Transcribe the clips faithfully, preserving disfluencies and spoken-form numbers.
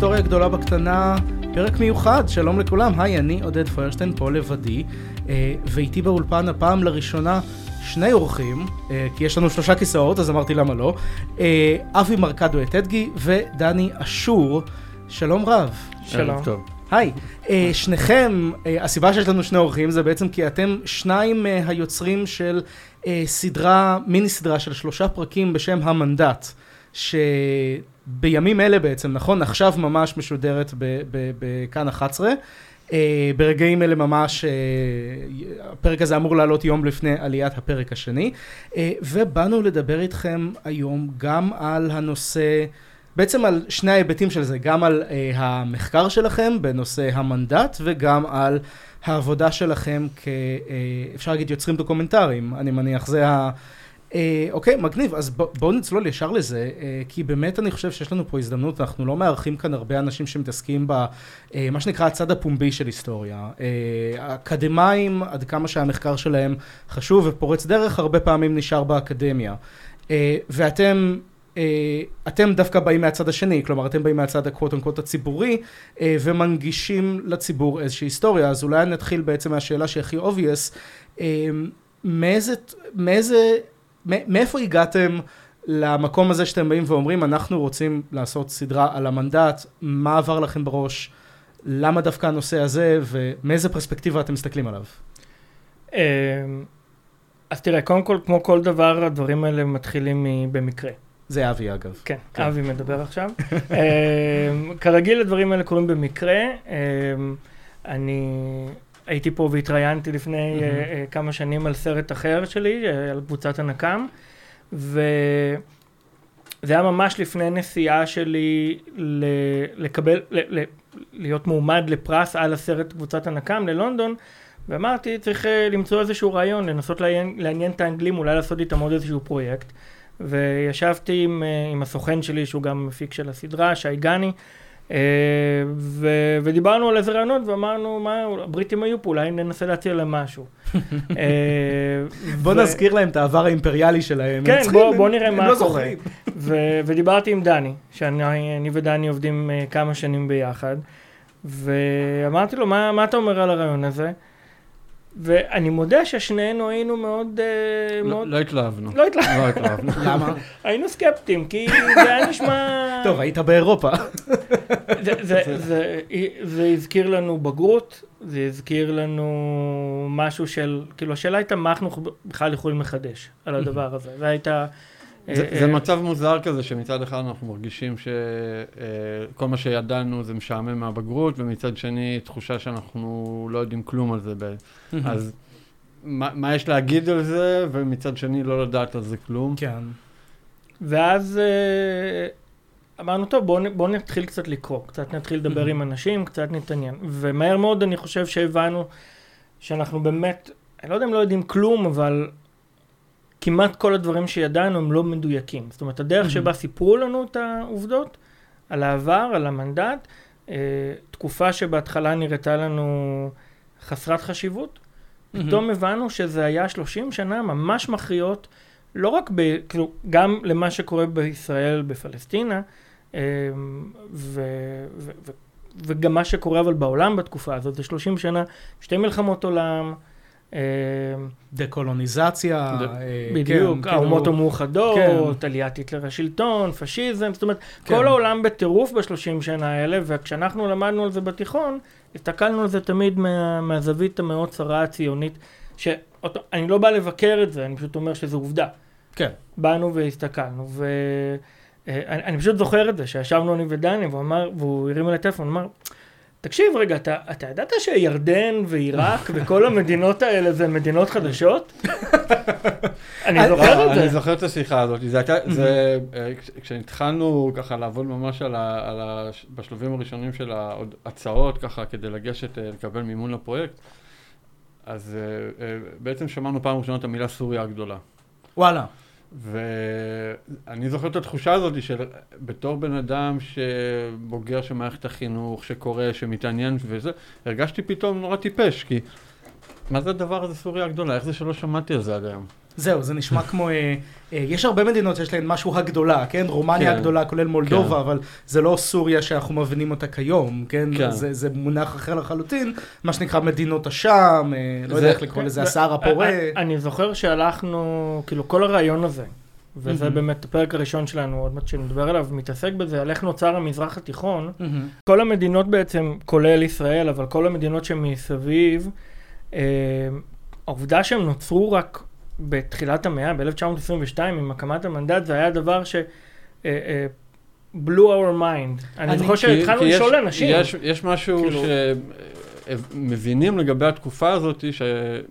היסטוריה גדולה בקטנה, פרק מיוחד. שלום לכולם, היי, אני עודד פוירשטיין, פה לבדי, ואיתי באולפן הפעם לראשונה שני אורחים, כי יש לנו שלושה כיסאות, אז אמרתי למה לא. אבי מרקדו אתדגי ודני אשור. שלום רב. שלום. טוב. היי, שניכם, הסיבה שיש לנו שני אורחים זה בעצם כי אתם שניים היוצרים של סדרה, מיני סדרה של שלושה פרקים בשם המנדט, שבימים אלה בעצם, נכון, עכשיו ממש משודרת בכאן אחת עשרה, ברגעים אלה ממש, הפרק הזה אמור לעלות יום לפני עליית הפרק השני, ובאנו לדבר איתכם היום גם על הנושא, בעצם על שני ההיבטים של זה, גם על אה, המחקר שלכם בנושא המנדט, וגם על העבודה שלכם כ... אה, אפשר להגיד יוצרים דוקומנטריים, אני מניח, זה ה... אה, אוקיי, מגניב, אז ב- בואו נצלול ישר לזה, אה, כי באמת אני חושב שיש לנו פה הזדמנות, אנחנו לא מארחים כאן הרבה אנשים שמתעסקים ב... אה, מה שנקרא הצד הפומבי של היסטוריה. אה, האקדמיים, עד כמה שהמחקר שלהם חשוב ופורץ דרך, הרבה פעמים נשאר באקדמיה. אה, ואתם... אתם דווקא באים מהצד השני, כלומר אתם באים מהצד הקוט אנקוט הציבורי ומנגישים לציבור איזושהי היסטוריה. אז אולי נתחיל בעצם מהשאלה שהכי obvious, מאיזה, מאיזה, מאיפה הגעתם למקום הזה שאתם באים ואומרים אנחנו רוצים לעשות סדרה על המנדט, מה עבר לכם בראש, למה דווקא הנושא הזה ומאיזה פרספקטיבה אתם מסתכלים עליו? אז תראה, קודם כל כמו כל דבר הדברים האלה מתחילים במקרה. זה אבי אגב. כן, כן. אבי מדבר עכשיו. כרגיל הדברים האלה קורים במקרה. אני הייתי פה והתראיינתי לפני כמה שנים על סרט אחר שלי, על קבוצת הנקם, וזה היה ממש לפני נסיעה שלי לקבל, להיות מועמד לפרס על הסרט קבוצת הנקם ללונדון, ואמרתי צריך למצוא איזשהו רעיון, לנסות לעניין את האנגלים, אולי לעשות איתם עוד איזשהו פרויקט. וישבתי עם, עם הסוכן שלי, שהוא גם מפיק של הסדרה, שי גני, ו, ודיברנו על איזה רעיונות, ואמרנו, מה, הבריטים היו פה, אולי ננסה להציע להם משהו. בוא ו... נזכיר להם את העבר האימפריאלי שלהם. כן, בוא, בוא נראה מה קורה. ו, ודיברתי עם דני, שאני אני ודני עובדים כמה שנים ביחד, ואמרתי לו, מה, מה אתה אומר על הרעיון הזה? ואני מודה ששנינו היינו מאוד... לא התלהבנו. לא התלהבנו. למה? היינו סקפטיים, כי זה היה נשמע... טוב, היית באירופה. זה הזכיר לנו בגרות, זה הזכיר לנו משהו של... כאילו, השאלה הייתה מה אנחנו בכלל יכולים לחדש על הדבר הזה. זה הייתה... זה מצב מוזר כזה שמצד אחד אנחנו מרגישים שכל מה שידענו זה משעמם מהבגרות, ומצד שני תחושה שאנחנו לא יודעים כלום על זה. אז מה יש להגיד על זה, ומצד שני לא לדעת על זה כלום. כן. ואז אמרנו, טוב, בואו נתחיל קצת לקרוא, קצת נתחיל לדבר עם אנשים, קצת נתעניין. ומהר מאוד אני חושב שהבנו שאנחנו באמת, אני לא יודע אם לא יודעים כלום, אבל... כמעט כל הדברים שידענו הם לא מדויקים. זאת אומרת, הדרך שבה סיפרו לנו את העובדות, על העבר, על המנדט, אה, תקופה שבהתחלה נראתה לנו חסרת חשיבות, פתאום הבנו שזה היה שלושים שנה ממש מכריעות, לא רק ב, כאילו, גם למה שקורה בישראל, בפלסטינה, אה, ו, ו, ו, וגם מה שקורה אבל בעולם בתקופה הזאת, זה שלושים שנה, שתי מלחמות עולם, דקולוניזציה, בדיוק, האומות המאוחדות, עליית היטלר השלטון, פשיזם, זאת אומרת, כל העולם בטירוף בשלושים שנה האלה, וכשאנחנו למדנו על זה בתיכון, הסתכלנו על זה תמיד מהזווית המאוד צרה הציונית, שאני לא בא לבקר את זה, אני פשוט אומר שזה עובדה. כן. באנו והסתכלנו, ואני פשוט זוכר את זה, שישבנו אני ודני, והוא הרים על הטלפון, הוא אמר, תקשיב רגע, אתה, אתה ידעת שירדן ועיראק וכל המדינות האלה זה מדינות חדשות? אני זוכר את זה. אני זוכר את השיחה הזאת. זה הייתה, זה, כשהתחלנו ככה לעבוד ממש על ה, על ה, בשלבים הראשונים של ההצעות ככה כדי לגשת לקבל מימון לפרויקט, אז בעצם שמענו פעם ראשונה את המילה סוריה הגדולה. וואלה. ואני זוכר את התחושה הזאת של בתור בן אדם שבוגר של מערכת החינוך, שקורא, שמתעניין וזה, הרגשתי פתאום נורא טיפש, כי מה זה הדבר הזה סוריה הגדולה? איך זה שלא שמעתי על זה עד היום? זהו, זה נשמע כמו, אה, אה, יש הרבה מדינות שיש להן משהו הגדולה, כן? רומניה כן. הגדולה, כולל מולדובה, כן. אבל זה לא סוריה שאנחנו מבינים אותה כיום, כן? כן. זה, זה מונח אחר לחלוטין, מה שנקרא מדינות השם, אה, לא זה- יודע איך לקרוא לזה, הסהר הפורה. אני- אני זוכר שהלכנו, כאילו כל הרעיון הזה, וזה מהמם. באמת הפרק הראשון שלנו, עוד מעט שנדבר עליו, מתעסק בזה, על איך נוצר המזרח התיכון. מהמם. כל המדינות בעצם, כולל ישראל, אבל כל המדינות שמסביב, אה, העובדה שהם נוצרו רק בתחילת המאה, ב-אלף תשע מאות עשרים ושתיים, עם הקמת המנדט, זה היה דבר ש... אה, אה, blew our mind. אני אני- זוכר שהתחלנו כי יש- לשאול אנשים. יש, יש משהו כאילו- שמבינים לגבי התקופה הזאת, ש...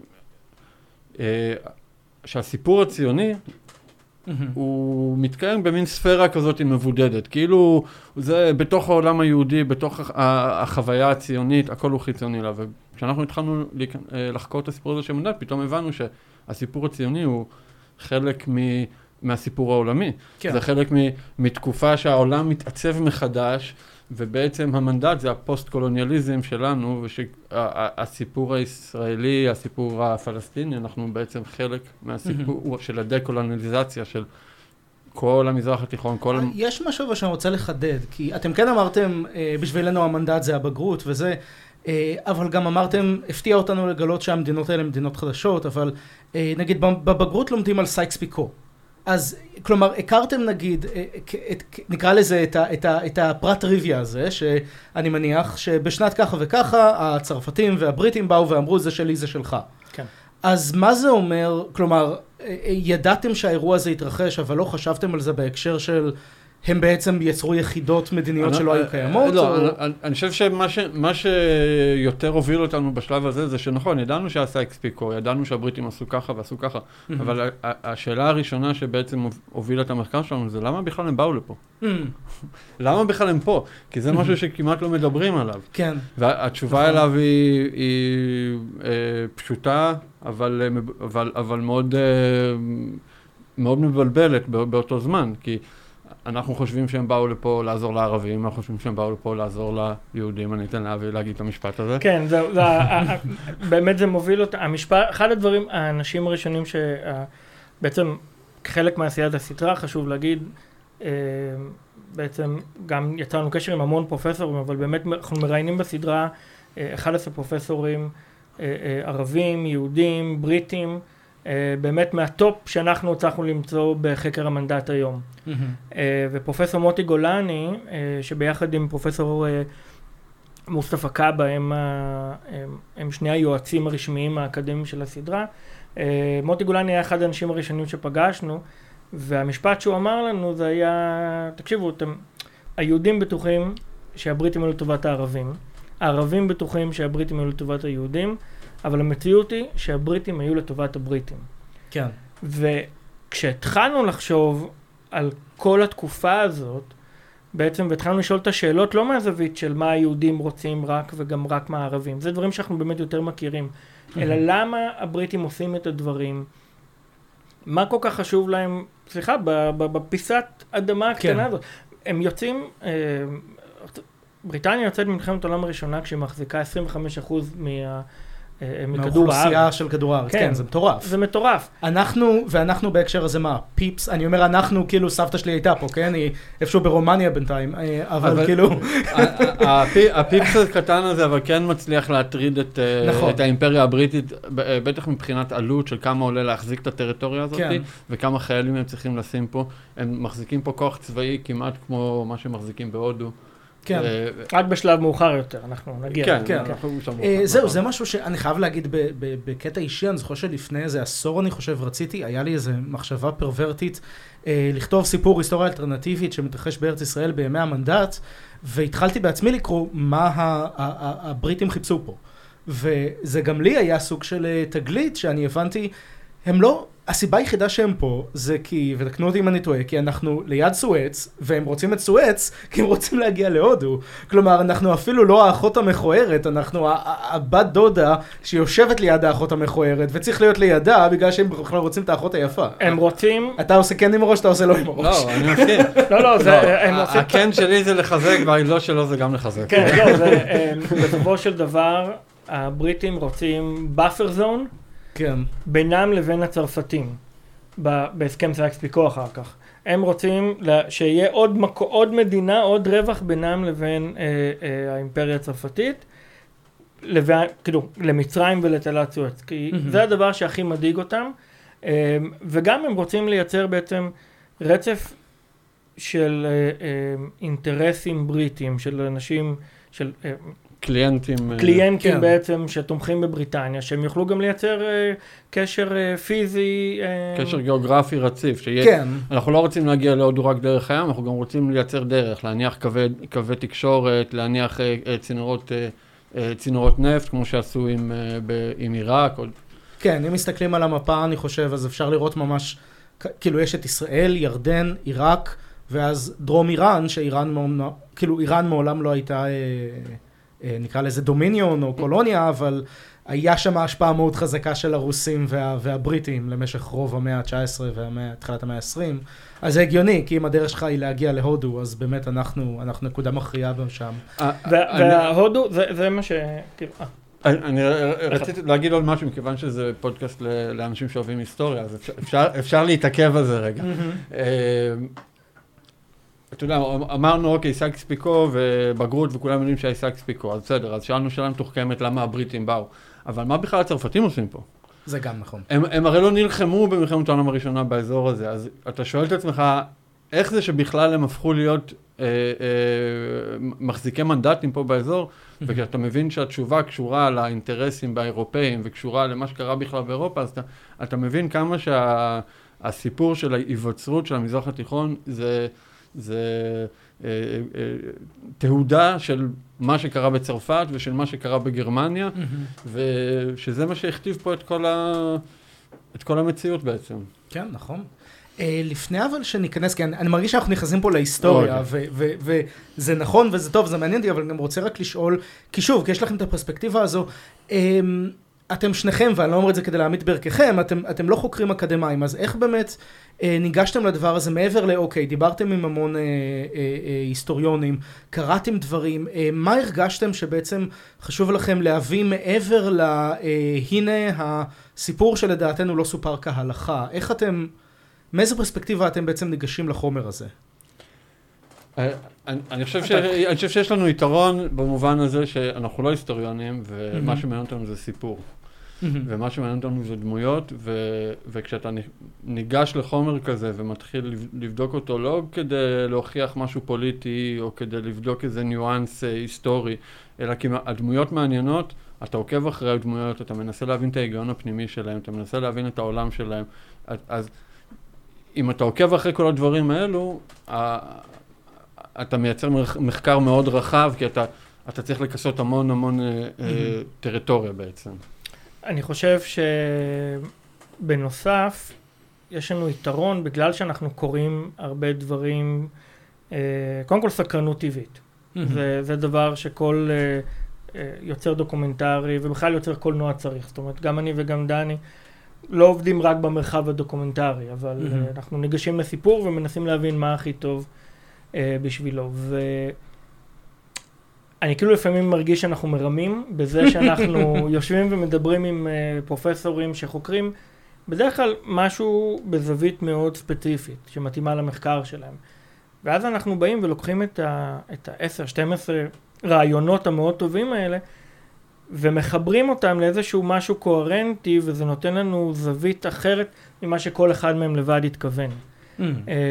אה, שהסיפור הציוני מהמם. הוא מתקיים במין ספירה כזאת מבודדת. כאילו זה בתוך העולם היהודי, בתוך ה- החוויה הציונית, הכל הוא חיצוני לה. וכשאנחנו התחלנו להיכ- אה, לחקור את הסיפור הזה של מנדט, פתאום הבנו שהסיפור הציוני הוא חלק מ... מהסיפור העולמי. כן. זה חלק מ- מתקופה שהעולם מתעצב מחדש, ובעצם המנדט זה הפוסט-קולוניאליזם שלנו, ושהסיפור הישראלי, הסיפור הפלסטיני, אנחנו בעצם חלק מהסיפור של הדה-קולוניאליזציה של כל המזרח התיכון, כל... יש משהו שאני רוצה לחדד, כי אתם כן אמרתם, אה, בשבילנו המנדט זה הבגרות וזה, אה, אבל גם אמרתם, הפתיע אותנו לגלות שהמדינות האלה הן מדינות חדשות, אבל אה, נגיד בבגרות לומדים על סייקס פיקו. אז כלומר, הכרתם נגיד, אה, כ- את- כ- נקרא לזה את ה- את ה- את הפרט טריוויה הזה, שאני מניח שבשנת ככה וככה, הצרפתים והבריטים באו ואמרו זה שלי זה שלך. כן. אז מה זה אומר, כלומר, ידעתם שהאירוע הזה התרחש, אבל לא חשבתם על זה בהקשר של הם בעצם יצרו יחידות מדיניות שלא היו קיימות? לא, או... אני, אני, אני חושב שמה ש, מה שיותר הוביל אותנו בשלב הזה, זה שנכון, ידענו שהסייקס פיקו, ידענו שהבריטים עשו ככה ועשו ככה, אבל ה- ה- השאלה הראשונה שבעצם הובילה את המחקר שלנו, זה למה בכלל הם באו לפה? למה בכלל הם פה? כי זה משהו שכמעט לא מדברים עליו. כן. והתשובה אליו היא, היא אה, פשוטה, אבל, אה, אבל, אבל מאוד, אה, מאוד מבלבלת בא- באותו זמן, כי אנחנו חושבים שהם באו לפה לעזור לערבים, אנחנו חושבים שהם באו לפה לעזור ליהודים, אני אתן לאבי להגיד את המשפט הזה. כן, זה, זה, ה- ה- באמת זה מוביל אותה. המשפט, אחד הדברים, האנשים הראשונים שבעצם חלק מעשיית הסדרה, חשוב להגיד, אה, בעצם גם יצרנו קשר עם המון פרופסורים, אבל באמת אנחנו מראיינים בסדרה אה, אחד עשר פרופסורים אה, אה, ערבים, יהודים, בריטים, אה, באמת מהטופ שאנחנו הצלחנו למצוא בחקר המנדט היום. אה, ופרופסור מוטי גולני, אה, שביחד עם פרופסור אה, מוסטפא קאבה, הם, ה- הם, הם שני היועצים הרשמיים האקדמיים של הסדרה. אה, מוטי גולני היה אחד האנשים הראשונים שפגשנו, והמשפט שהוא אמר לנו זה היה, תקשיבו, אתם, היהודים בטוחים שהבריטים היו לטובת הערבים, הערבים בטוחים שהבריטים היו לטובת היהודים, אבל המציאות היא שהבריטים היו לטובת הבריטים. כן. וכשהתחלנו לחשוב על כל התקופה הזאת, בעצם והתחלנו לשאול את השאלות לא מהזווית של מה היהודים רוצים רק וגם רק מה הערבים. זה דברים שאנחנו באמת יותר מכירים. אלא למה הבריטים עושים את הדברים, מה כל כך חשוב להם, סליחה, ב- ב- בפיסת אדמה הקטנה כן. הזאת. הם יוצאים, אה, בריטניה יוצאת ממלחמת העולם הראשונה כשהיא מחזיקה עשרים וחמישה אחוז מה, אה, מכדור מהאוכלוסייה הארץ. של כדור הארץ, כן. כן, זה מטורף. זה מטורף. אנחנו, ואנחנו בהקשר הזה מה? פיפס, אני אומר אנחנו, כאילו סבתא שלי הייתה פה, כן? היא איפשהו ברומניה בינתיים, אה, אבל אבל- כאילו... ה- ה- הפי- הפיפס הקטן הזה, אבל כן מצליח להטריד את, אה, נכון. את האימפריה הבריטית, ב- אה, בטח מבחינת עלות של כמה עולה להחזיק את הטריטוריה הזאת, כן. וכמה חיילים הם צריכים לשים פה. הם מחזיקים פה כוח צבאי כמעט כמו מה שמחזיקים בהודו. כן. אה, רק בשלב מאוחר יותר, אנחנו נגיע. כן, כן. אנחנו שם. אה, זהו, נכון. זה משהו שאני חייב להגיד ב- ב- בקטע אישי, אני זוכר שלפני איזה עשור, אני חושב, רציתי, היה לי איזה מחשבה פרוורטית, אה, לכתוב סיפור היסטוריה אלטרנטיבית שמתרחש בארץ ישראל בימי המנדט, והתחלתי בעצמי לקרוא מה ה- ה- ה- הבריטים חיפשו פה. וזה גם לי היה סוג של אה, תגלית שאני הבנתי, הם לא, הסיבה היחידה שהם פה זה כי, ותקנו אותי אם אני טועה, כי אנחנו ליד סואץ, והם רוצים את סואץ כי הם רוצים להגיע להודו. כלומר, אנחנו אפילו לא האחות המכוערת, אנחנו ה- ה- הבת דודה שיושבת ליד האחות המכוערת, וצריך להיות לידה בגלל שהם בכלל רוצים את האחות היפה. הם רוצים, אתה עושה כן עם הראש, אתה עושה לא עם הראש. לא, אני מסכים. לא, לא, זה, לא, הם ה- עושים, הכן שלי זה לחזק, והלא שלו זה גם לחזק. כן, לא, זה, הם, בסופו של דבר, הבריטים רוצים buffer zone כן. בינם לבין הצרפתים. בהסכם סייקס-פיקו אחר כך. הם רוצים שיהיה עוד, מקו, עוד מדינה, עוד רווח בינם לבין אה, אה, האימפריה הצרפתית, לבין, כאילו, למצרים ולתעלת סואץ. כי mm-hmm. זה הדבר שהכי מדאיג אותם, אה, וגם הם רוצים לייצר בעצם רצף של אה, אה, אינטרסים בריטיים, של אנשים, של... אה, קליינטים. קליינטים כן. בעצם שתומכים בבריטניה, שהם יוכלו גם לייצר uh, קשר uh, פיזי. Uh... קשר גיאוגרפי רציף. שיהיה, כן. אנחנו לא רוצים להגיע להודו רק דרך הים, אנחנו גם רוצים לייצר דרך, להניח קווי, קווי תקשורת, להניח uh, uh, צינורות, uh, uh, צינורות נפט, כמו שעשו עם, uh, ב, עם עיראק. או... כן, אם מסתכלים על המפה, אני חושב, אז אפשר לראות ממש, כאילו יש את ישראל, ירדן, עיראק, ואז דרום איראן, שאיראן, כאילו איראן מעולם לא הייתה... Uh, נקרא לזה דומיניון או קולוניה, אבל היה שם השפעה מאוד חזקה של הרוסים וה, והבריטים למשך רוב המאה ה-תשע עשרה והתחלת המאה ה-עשרים. אז זה הגיוני, כי אם הדרך שלך היא להגיע להודו, אז באמת אנחנו, אנחנו נקודה מכריעה שם. וההודו, זה מה ש... אני רציתי להגיד עוד משהו, מכיוון שזה פודקאסט לאנשים שאוהבים היסטוריה, אז אפשר להתעכב על זה רגע. אתה יודע, אמרנו, אוקיי, סייקס-פיקו ובגרות וכולם יודעים שהיה סייקס-פיקו, אז בסדר, אז שאלנו שאלה מתוחכמת למה הבריטים באו. אבל מה בכלל הצרפתים עושים פה? זה גם נכון. הם, הם הרי לא נלחמו במלחמת העולם הראשונה באזור הזה, אז אתה שואל את עצמך, איך זה שבכלל הם הפכו להיות אה, אה, מחזיקי מנדטים פה באזור, וכשאתה מבין שהתשובה קשורה לאינטרסים באירופאים וקשורה למה שקרה בכלל באירופה, אז אתה, אתה מבין כמה שהסיפור של ההיווצרות של המזרח התיכון זה... זה אה, אה, תהודה של מה שקרה בצרפת ושל מה שקרה בגרמניה, mm-hmm. ושזה מה שהכתיב פה את כל, ה... את כל המציאות בעצם. כן, נכון. אה, לפני אבל שניכנס, כי אני, אני מרגיש שאנחנו נכנסים פה להיסטוריה, וזה נכון וזה טוב, זה מעניין אותי, אבל אני גם רוצה רק לשאול, כי שוב, כי יש לכם את הפרספקטיבה הזו, אה, אתם שניכם, ואני לא אומר את זה כדי להעמיד בערככם, אתם, אתם לא חוקרים אקדמיים, אז איך באמת אה, ניגשתם לדבר הזה מעבר לאוקיי, דיברתם עם המון אה, אה, אה, היסטוריונים, קראתם דברים, אה, מה הרגשתם שבעצם חשוב לכם להביא מעבר ל, אה, הנה הסיפור שלדעתנו לא סופר כהלכה, איך אתם, מאיזה פרספקטיבה אתם בעצם ניגשים לחומר הזה? אני, אני, חושב ש, אני חושב שיש לנו יתרון במובן הזה שאנחנו לא היסטוריונים, ומה שמעניין אותנו זה סיפור. ומה שמעניין אותנו זה דמויות, ו, וכשאתה ניגש לחומר כזה ומתחיל לבדוק אותו לא כדי להוכיח משהו פוליטי, או כדי לבדוק איזה ניואנס היסטורי, אלא כי הדמויות מעניינות, אתה עוקב אחרי הדמויות, אתה מנסה להבין את ההיגיון הפנימי שלהם, אתה מנסה להבין את העולם שלהם. אז אם אתה עוקב אחרי כל הדברים האלו, אתה מייצר מחקר מאוד רחב, כי אתה, אתה צריך לכסות המון המון mm-hmm. טריטוריה בעצם. אני חושב שבנוסף, יש לנו יתרון, בגלל שאנחנו קוראים הרבה דברים, קודם כל סקרנות טבעית. Mm-hmm. זה, זה דבר שכל יוצר דוקומנטרי, ובכלל יוצר קולנוע צריך. זאת אומרת, גם אני וגם דני, לא עובדים רק במרחב הדוקומנטרי, אבל mm-hmm. אנחנו ניגשים לסיפור ומנסים להבין מה הכי טוב uh, בשבילו. ואני כאילו לפעמים מרגיש שאנחנו מרמים בזה שאנחנו יושבים ומדברים עם uh, פרופסורים שחוקרים, בדרך כלל משהו בזווית מאוד ספציפית, שמתאימה למחקר שלהם. ואז אנחנו באים ולוקחים את ה-עשר שתים עשרה רעיונות המאוד טובים האלה, ומחברים אותם לאיזשהו משהו קוהרנטי, וזה נותן לנו זווית אחרת ממה שכל אחד מהם לבד התכוון. Mm.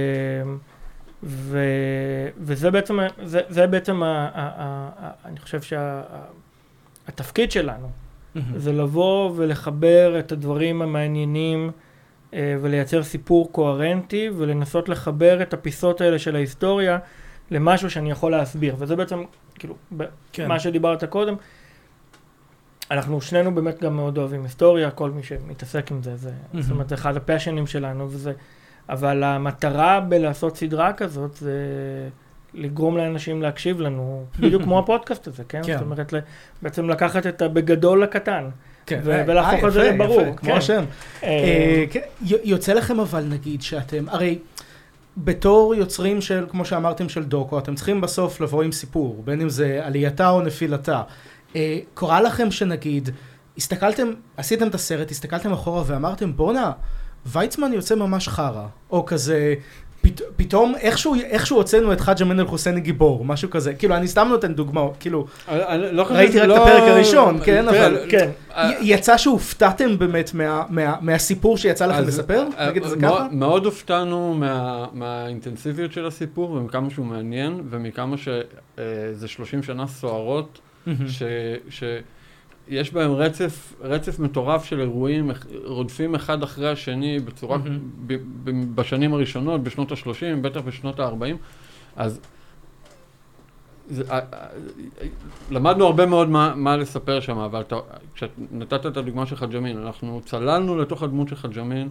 ו, וזה בעצם, זה, זה בעצם ה, ה, ה, ה, אני חושב שהתפקיד שלנו, mm-hmm. זה לבוא ולחבר את הדברים המעניינים, ולייצר סיפור קוהרנטי, ולנסות לחבר את הפיסות האלה של ההיסטוריה, למשהו שאני יכול להסביר. וזה בעצם, כאילו, כן. מה שדיברת קודם, אנחנו שנינו באמת גם מאוד אוהבים היסטוריה, כל מי שמתעסק עם זה, זה, mm-hmm. זאת אומרת, זה אחד הפשנים שלנו, וזה, אבל המטרה בלעשות סדרה כזאת, זה לגרום לאנשים להקשיב לנו, בדיוק כמו הפודקאסט הזה, כן? כן. זאת אומרת, בעצם לקחת את הבגדול לקטן, כן. ו- ולהפוך את זה ברור. יפה, כמו השם. אה, כן. יוצא לכם אבל נגיד שאתם, הרי בתור יוצרים של, כמו שאמרתם, של דוקו, אתם צריכים בסוף לבוא עם סיפור, בין אם זה עלייתה או נפילתה. אה, קורא לכם שנגיד, הסתכלתם, עשיתם את הסרט, הסתכלתם אחורה ואמרתם, בונה, ויצמן יוצא ממש חרה, או כזה, פת, פתאום איכשהו, איכשהו הוצאנו את חאג' אמין אל-חוסייני גיבור, משהו כזה, כאילו אני סתם נותן דוגמא, כאילו, לא ראיתי רק לא... את הפרק הראשון, כן, כן, אבל כן. יצא שהופתעתם באמת מה, מה, מהסיפור שיצא לכם אז, לספר, נגיד את זה מאוד, ככה? מאוד הופתענו מה, מהאינטנסיביות של הסיפור, ומכמה שהוא מעניין, ומכמה שזה שלושים שנה סוערות, ש... ש יש בהם רצף, רצף מטורף של אירועים, רודפים אחד אחרי השני בצורה, mm-hmm. ב, ב, בשנים הראשונות, בשנות ה-שלושים, בטח בשנות ה-ארבעים. אז זה, למדנו הרבה מאוד מה, מה לספר שם, אבל אתה, כשנתת את הדוגמה של חאג' אמין, אנחנו צללנו לתוך הדמות של חאג' אמין.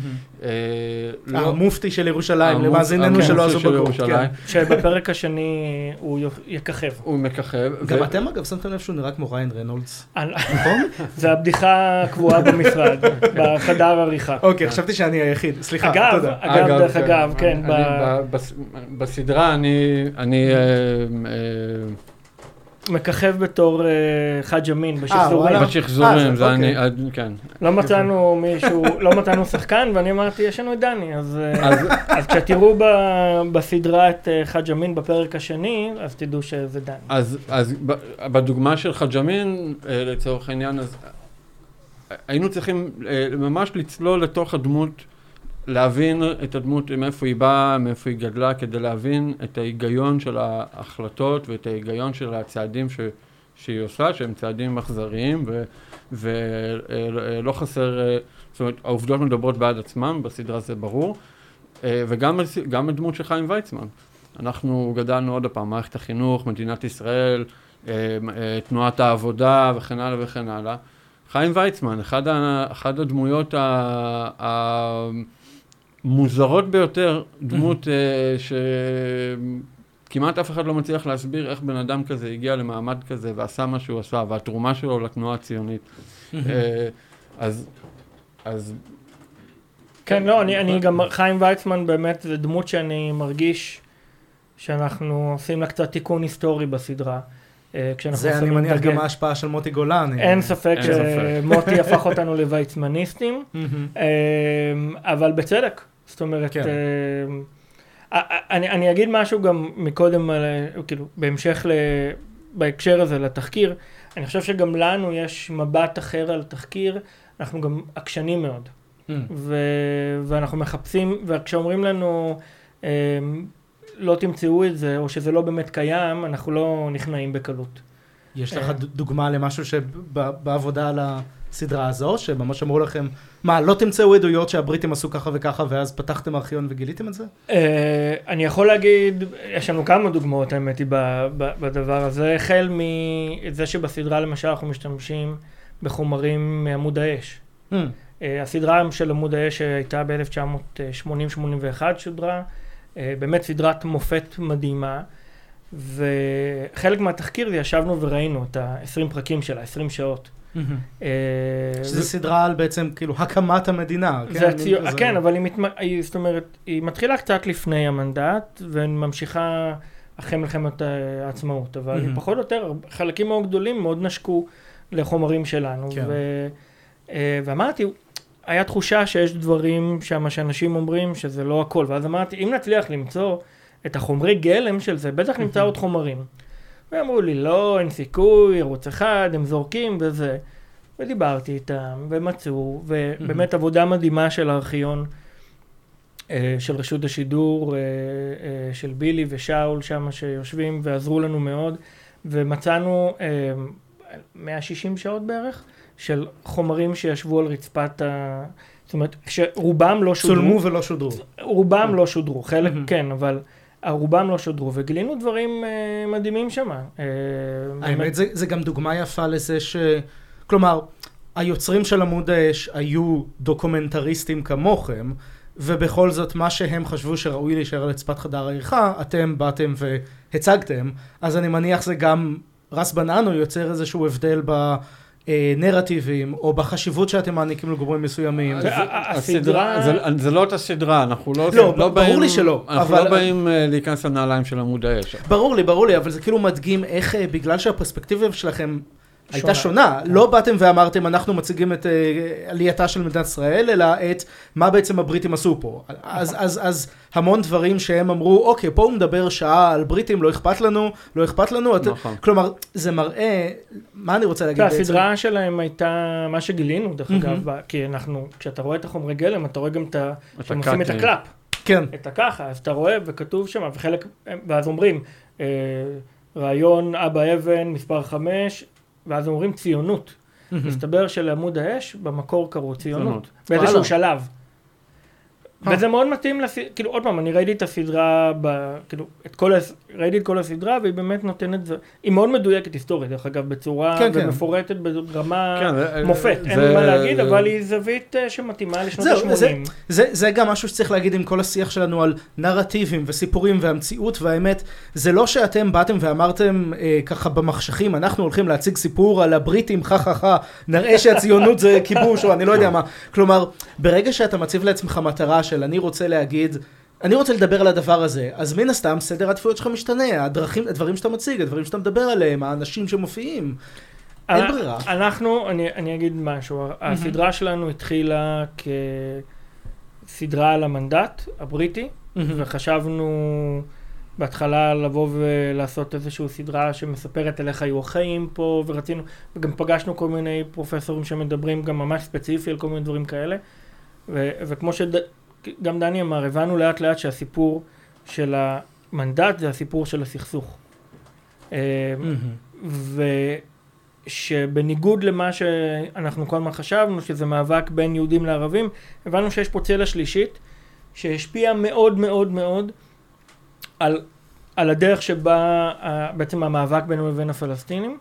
המופתי של ירושלים, למאזיננו שלא עשו בגרות. שבפרק השני הוא יככב. הוא מככב. גם אתם אגב שמתם לב שהוא נראה כמו ריין רנולדס, נכון? זה הבדיחה הקבועה במשרד, בחדר עריכה. אוקיי, חשבתי שאני היחיד, סליחה, תודה. אגב, דרך אגב, כן. בסדרה אני... מככב בתור חאג' אמין בשחזורים. בשחזורים, זה אני, כן. לא מצאנו מישהו, לא מצאנו שחקן, ואני אמרתי, יש לנו את דני, אז כשתראו בסדרה את חאג' אמין בפרק השני, אז תדעו שזה דני. אז בדוגמה של חאג' אמין, לצורך העניין, אז היינו צריכים ממש לצלול לתוך הדמות, להבין את הדמות, מאיפה היא באה, מאיפה היא גדלה, כדי להבין את ההיגיון של ההחלטות ואת ההיגיון של הצעדים ש, שהיא עושה, שהם צעדים אכזריים, ולא חסר, זאת אומרת, העובדות מדברות בעד עצמם, בסדרה זה ברור, וגם גם הדמות של חיים ויצמן. אנחנו גדלנו עוד הפעם, מערכת החינוך, מדינת ישראל, תנועת העבודה וכן הלאה וכן הלאה. חיים ויצמן, אחד, אחד הדמויות ה... ה מוזרות ביותר, דמות שכמעט אף אחד לא מצליח להסביר איך בן אדם כזה הגיע למעמד כזה ועשה מה שהוא עשה, והתרומה שלו לתנועה הציונית. אז... אז... כן, לא, אני, אני גם, חיים ויצמן באמת זה דמות שאני מרגיש שאנחנו עושים לה קצת תיקון היסטורי בסדרה. זה אני מניח גם ההשפעה של מוטי גולן. אין ספק שמוטי הפך אותנו לויצמניסטים, אבל בצדק. זאת אומרת, אני אגיד משהו גם מקודם, כאילו, בהמשך בהקשר הזה לתחקיר, אני חושב שגם לנו יש מבט אחר על תחקיר, אנחנו גם עקשנים מאוד. ואנחנו מחפשים, וכשאומרים לנו, לא תמצאו את זה, או שזה לא באמת קיים, אנחנו לא נכנעים בקלות. יש לך דוגמה למשהו שבעבודה על הסדרה הזו, שממש אמרו לכם, מה, לא תמצאו עדויות שהבריטים עשו ככה וככה, ואז פתחתם ארכיון וגיליתם את זה? אני יכול להגיד, יש לנו כמה דוגמאות, האמת היא, בדבר הזה. החל מזה שבסדרה, למשל, אנחנו משתמשים בחומרים מעמוד האש. הסדרה של עמוד האש הייתה ב-אלף תשע מאות שמונים שמונים ואחת שודרה, באמת סדרת מופת מדהימה, וחלק מהתחקיר זה ישבנו וראינו את ה-עשרים פרקים שלה, עשרים שעות. שזה סדרה על בעצם כאילו הקמת המדינה. כן, אבל היא, זאת אומרת, היא מתחילה קצת לפני המנדט, וממשיכה אחרי מלחמת העצמאות, אבל היא פחות או יותר, חלקים מאוד גדולים מאוד נשקו לחומרים שלנו, ואמרתי, היה תחושה שיש דברים שם שאנשים אומרים שזה לא הכל, ואז אמרתי, אם נצליח למצוא את החומרי גלם של זה, בטח נמצא עוד חומרים. ואמרו לי, לא, אין סיכוי, ערוץ אחד, הם זורקים וזה. ודיברתי איתם, ומצאו, ובאמת עבודה מדהימה של הארכיון, של רשות השידור, של בילי ושאול שם שיושבים, ועזרו לנו מאוד, ומצאנו מאה ושישים שעות בערך, של חומרים שישבו על רצפת ה... זאת אומרת, שרובם לא שודרו. צולמו ולא שודרו. רובם לא שודרו, חלק כן, אבל רובם לא שודרו, וגילינו דברים מדהימים שם. האמת, זה גם דוגמה יפה לזה ש... כלומר, היוצרים של עמוד האש היו דוקומנטריסטים כמוכם, ובכל זאת מה שהם חשבו שראוי להישאר על רצפת חדר העריכה, אתם באתם והצגתם, אז אני מניח זה גם רס בננו יוצר איזשהו הבדל ב... נרטיבים, או בחשיבות שאתם מעניקים לגורמים מסוימים. הסדרה... זה לא אותה סדרה, אנחנו לא... לא, ברור לי שלא. אנחנו לא באים להיכנס לנעליים של עמוד האש. ברור לי, ברור לי, אבל זה כאילו מדגים איך, בגלל שהפרספקטיבה שלכם הייתה שונה. לא באתם ואמרתם, אנחנו מציגים את עלייתה של מדינת ישראל, אלא את מה בעצם הבריטים עשו פה. אז, אז, אז המון דברים שהם אמרו, אוקיי, פה הוא מדבר שעה על בריטים, לא אכפת לנו, לא אכפת לנו. נכון. כלומר, זה מראה, מה אני רוצה להגיד בעצם? הסדרה שלהם הייתה מה שגילינו, דרך אגב, כי אנחנו, כשאתה רואה את החומרי גלם, אתה רואה גם את ה... שהם עושים את הקלאפ. כן. את הככה, אז אתה רואה וכתוב שם, וחלק, ואז אומרים, רעיון אבא אבן, מספר חמש, ואז אומרים ציונות. מסתבר שלעמוד האש, במקור קראו ציונות. באיזשהו שלב. וזה מאוד מתאים, כאילו עוד פעם, אני ראיתי את הסדרה, כאילו, ראיתי את כל הסדרה, והיא באמת נותנת, היא מאוד מדויקת היסטורית, דרך אגב, בצורה ומפורטת ברמה מופת. אין לי מה להגיד, אבל היא זווית שמתאימה לשנות ה-שמונים. זה גם משהו שצריך להגיד עם כל השיח שלנו על נרטיבים וסיפורים והמציאות, והאמת, זה לא שאתם באתם ואמרתם ככה במחשכים, אנחנו הולכים להציג סיפור על הבריטים, חה חה חה, נראה שהציונות זה כיבוש, או אני לא יודע מה. כלומר, ברגע שאתה מציב לעצמך מטרה של אני רוצה להגיד, אני רוצה לדבר על הדבר הזה, אז מן הסתם סדר העדיפויות שלך משתנה, הדרכים, הדברים שאתה מציג, הדברים שאתה מדבר עליהם, האנשים שמופיעים, אין ברירה. אנחנו, אני, אני אגיד משהו, הסדרה שלנו התחילה כסדרה על המנדט הבריטי, וחשבנו בהתחלה לבוא ולעשות איזושהי סדרה שמספרת על איך היו החיים פה, ורצינו, וגם פגשנו כל מיני פרופסורים שמדברים גם ממש ספציפי על כל מיני דברים כאלה, ו, וכמו שד... גם דני אמר, הבנו לאט לאט שהסיפור של המנדט זה הסיפור של הסכסוך. ושבניגוד למה שאנחנו כל מה חשבנו, שזה מאבק בין יהודים לערבים, הבנו שיש פה צלע שלישית, שהשפיעה מאוד מאוד מאוד על, על הדרך שבה בעצם המאבק בינינו לבין הפלסטינים,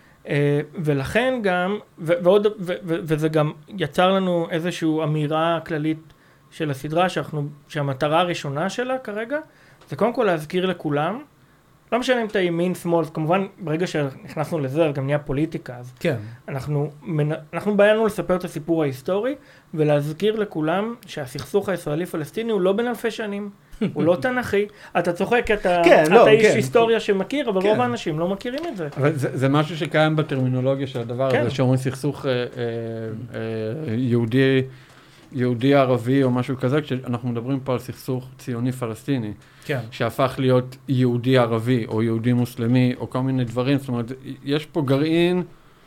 ולכן גם, ועוד, וזה גם יצר לנו איזושהי אמירה כללית של הסדרה, שאנחנו, שהמטרה הראשונה שלה כרגע, זה קודם כל להזכיר לכולם, לא משנה אם אתה ימין, שמאל, כמובן ברגע שנכנסנו לזה, גם נהיה פוליטיקה, אז כן. אנחנו, אנחנו באנו לספר את הסיפור ההיסטורי, ולהזכיר לכולם שהסכסוך הישראלי-פלסטיני הוא לא בין אלפי שנים, הוא לא תנכי, אתה צוחק, אתה, כן, אתה לא, איש כן. היסטוריה שמכיר, אבל כן. רוב האנשים לא מכירים את זה. אבל זה, זה משהו שקיים בטרמינולוגיה של הדבר כן. הזה, שאומרים סכסוך אה, אה, אה, יהודי, יהודי ערבי או משהו כזה, כשאנחנו מדברים פה על סכסוך ציוני פלסטיני, כן. שהפך להיות יהודי ערבי או יהודי מוסלמי או כל מיני דברים, זאת אומרת, יש פה גרעין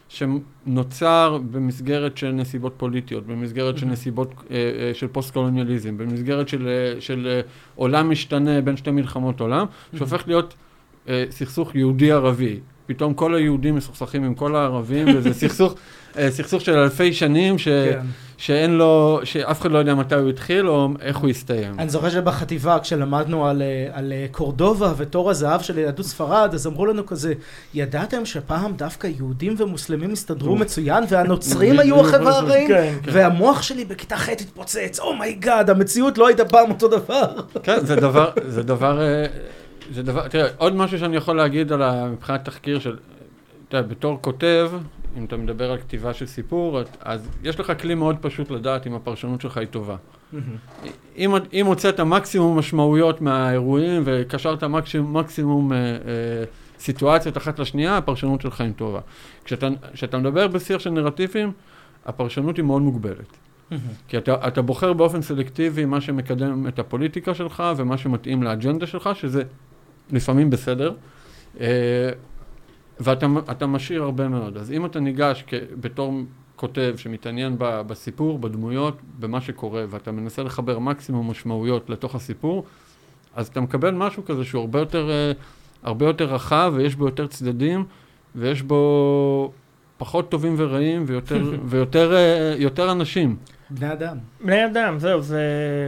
שנוצר במסגרת של נסיבות פוליטיות, במסגרת של נסיבות אה, אה, של פוסט-קולוניאליזם, במסגרת של, אה, של אה, עולם משתנה בין שתי מלחמות עולם, שהופך להיות אה, סכסוך יהודי ערבי. פתאום כל היהודים מסוכסכים עם כל הערבים, וזה סכסוך, אה, סכסוך של אלפי שנים, ש... כן. שאין לו, שאף אחד לא יודע מתי הוא התחיל או איך הוא יסתיים. אני זוכר שבחטיבה, כשלמדנו על, על קורדובה ותור הזהב של יהדות ספרד, אז אמרו לנו כזה, ידעתם שפעם דווקא יהודים ומוסלמים הסתדרו מצוין, והנוצרים היו החברה הרעים? והמוח שלי בכיתה ח' התפוצץ, אומייגאד, המציאות לא הייתה פעם אותו דבר. כן, זה דבר, זה דבר, זה דבר, תראה, עוד משהו שאני יכול להגיד על מבחינת תחקיר של, תראה, בתור כותב, אם אתה מדבר על כתיבה של סיפור, אז יש לך כלי מאוד פשוט לדעת אם הפרשנות שלך היא טובה. אם, אם הוצאת מקסימום משמעויות מהאירועים וקשרת מקסימום, מקסימום אה, אה, סיטואציות אחת לשנייה, הפרשנות שלך היא טובה. כשאתה, כשאתה מדבר בשיח של נרטיבים, הפרשנות היא מאוד מוגבלת. כי אתה, אתה בוחר באופן סלקטיבי מה שמקדם את הפוליטיקה שלך ומה שמתאים לאג'נדה שלך, שזה לפעמים בסדר. אה, ואתה אתה משאיר הרבה מאוד. אז אם אתה ניגש כ, בתור כותב שמתעניין ב, בסיפור, בדמויות, במה שקורה, ואתה מנסה לחבר מקסימום משמעויות לתוך הסיפור, אז אתה מקבל משהו כזה שהוא הרבה יותר, הרבה יותר רחב, ויש בו יותר צדדים, ויש בו פחות טובים ורעים, ויותר, ויותר יותר אנשים. בני אדם. בני אדם, זהו, זה...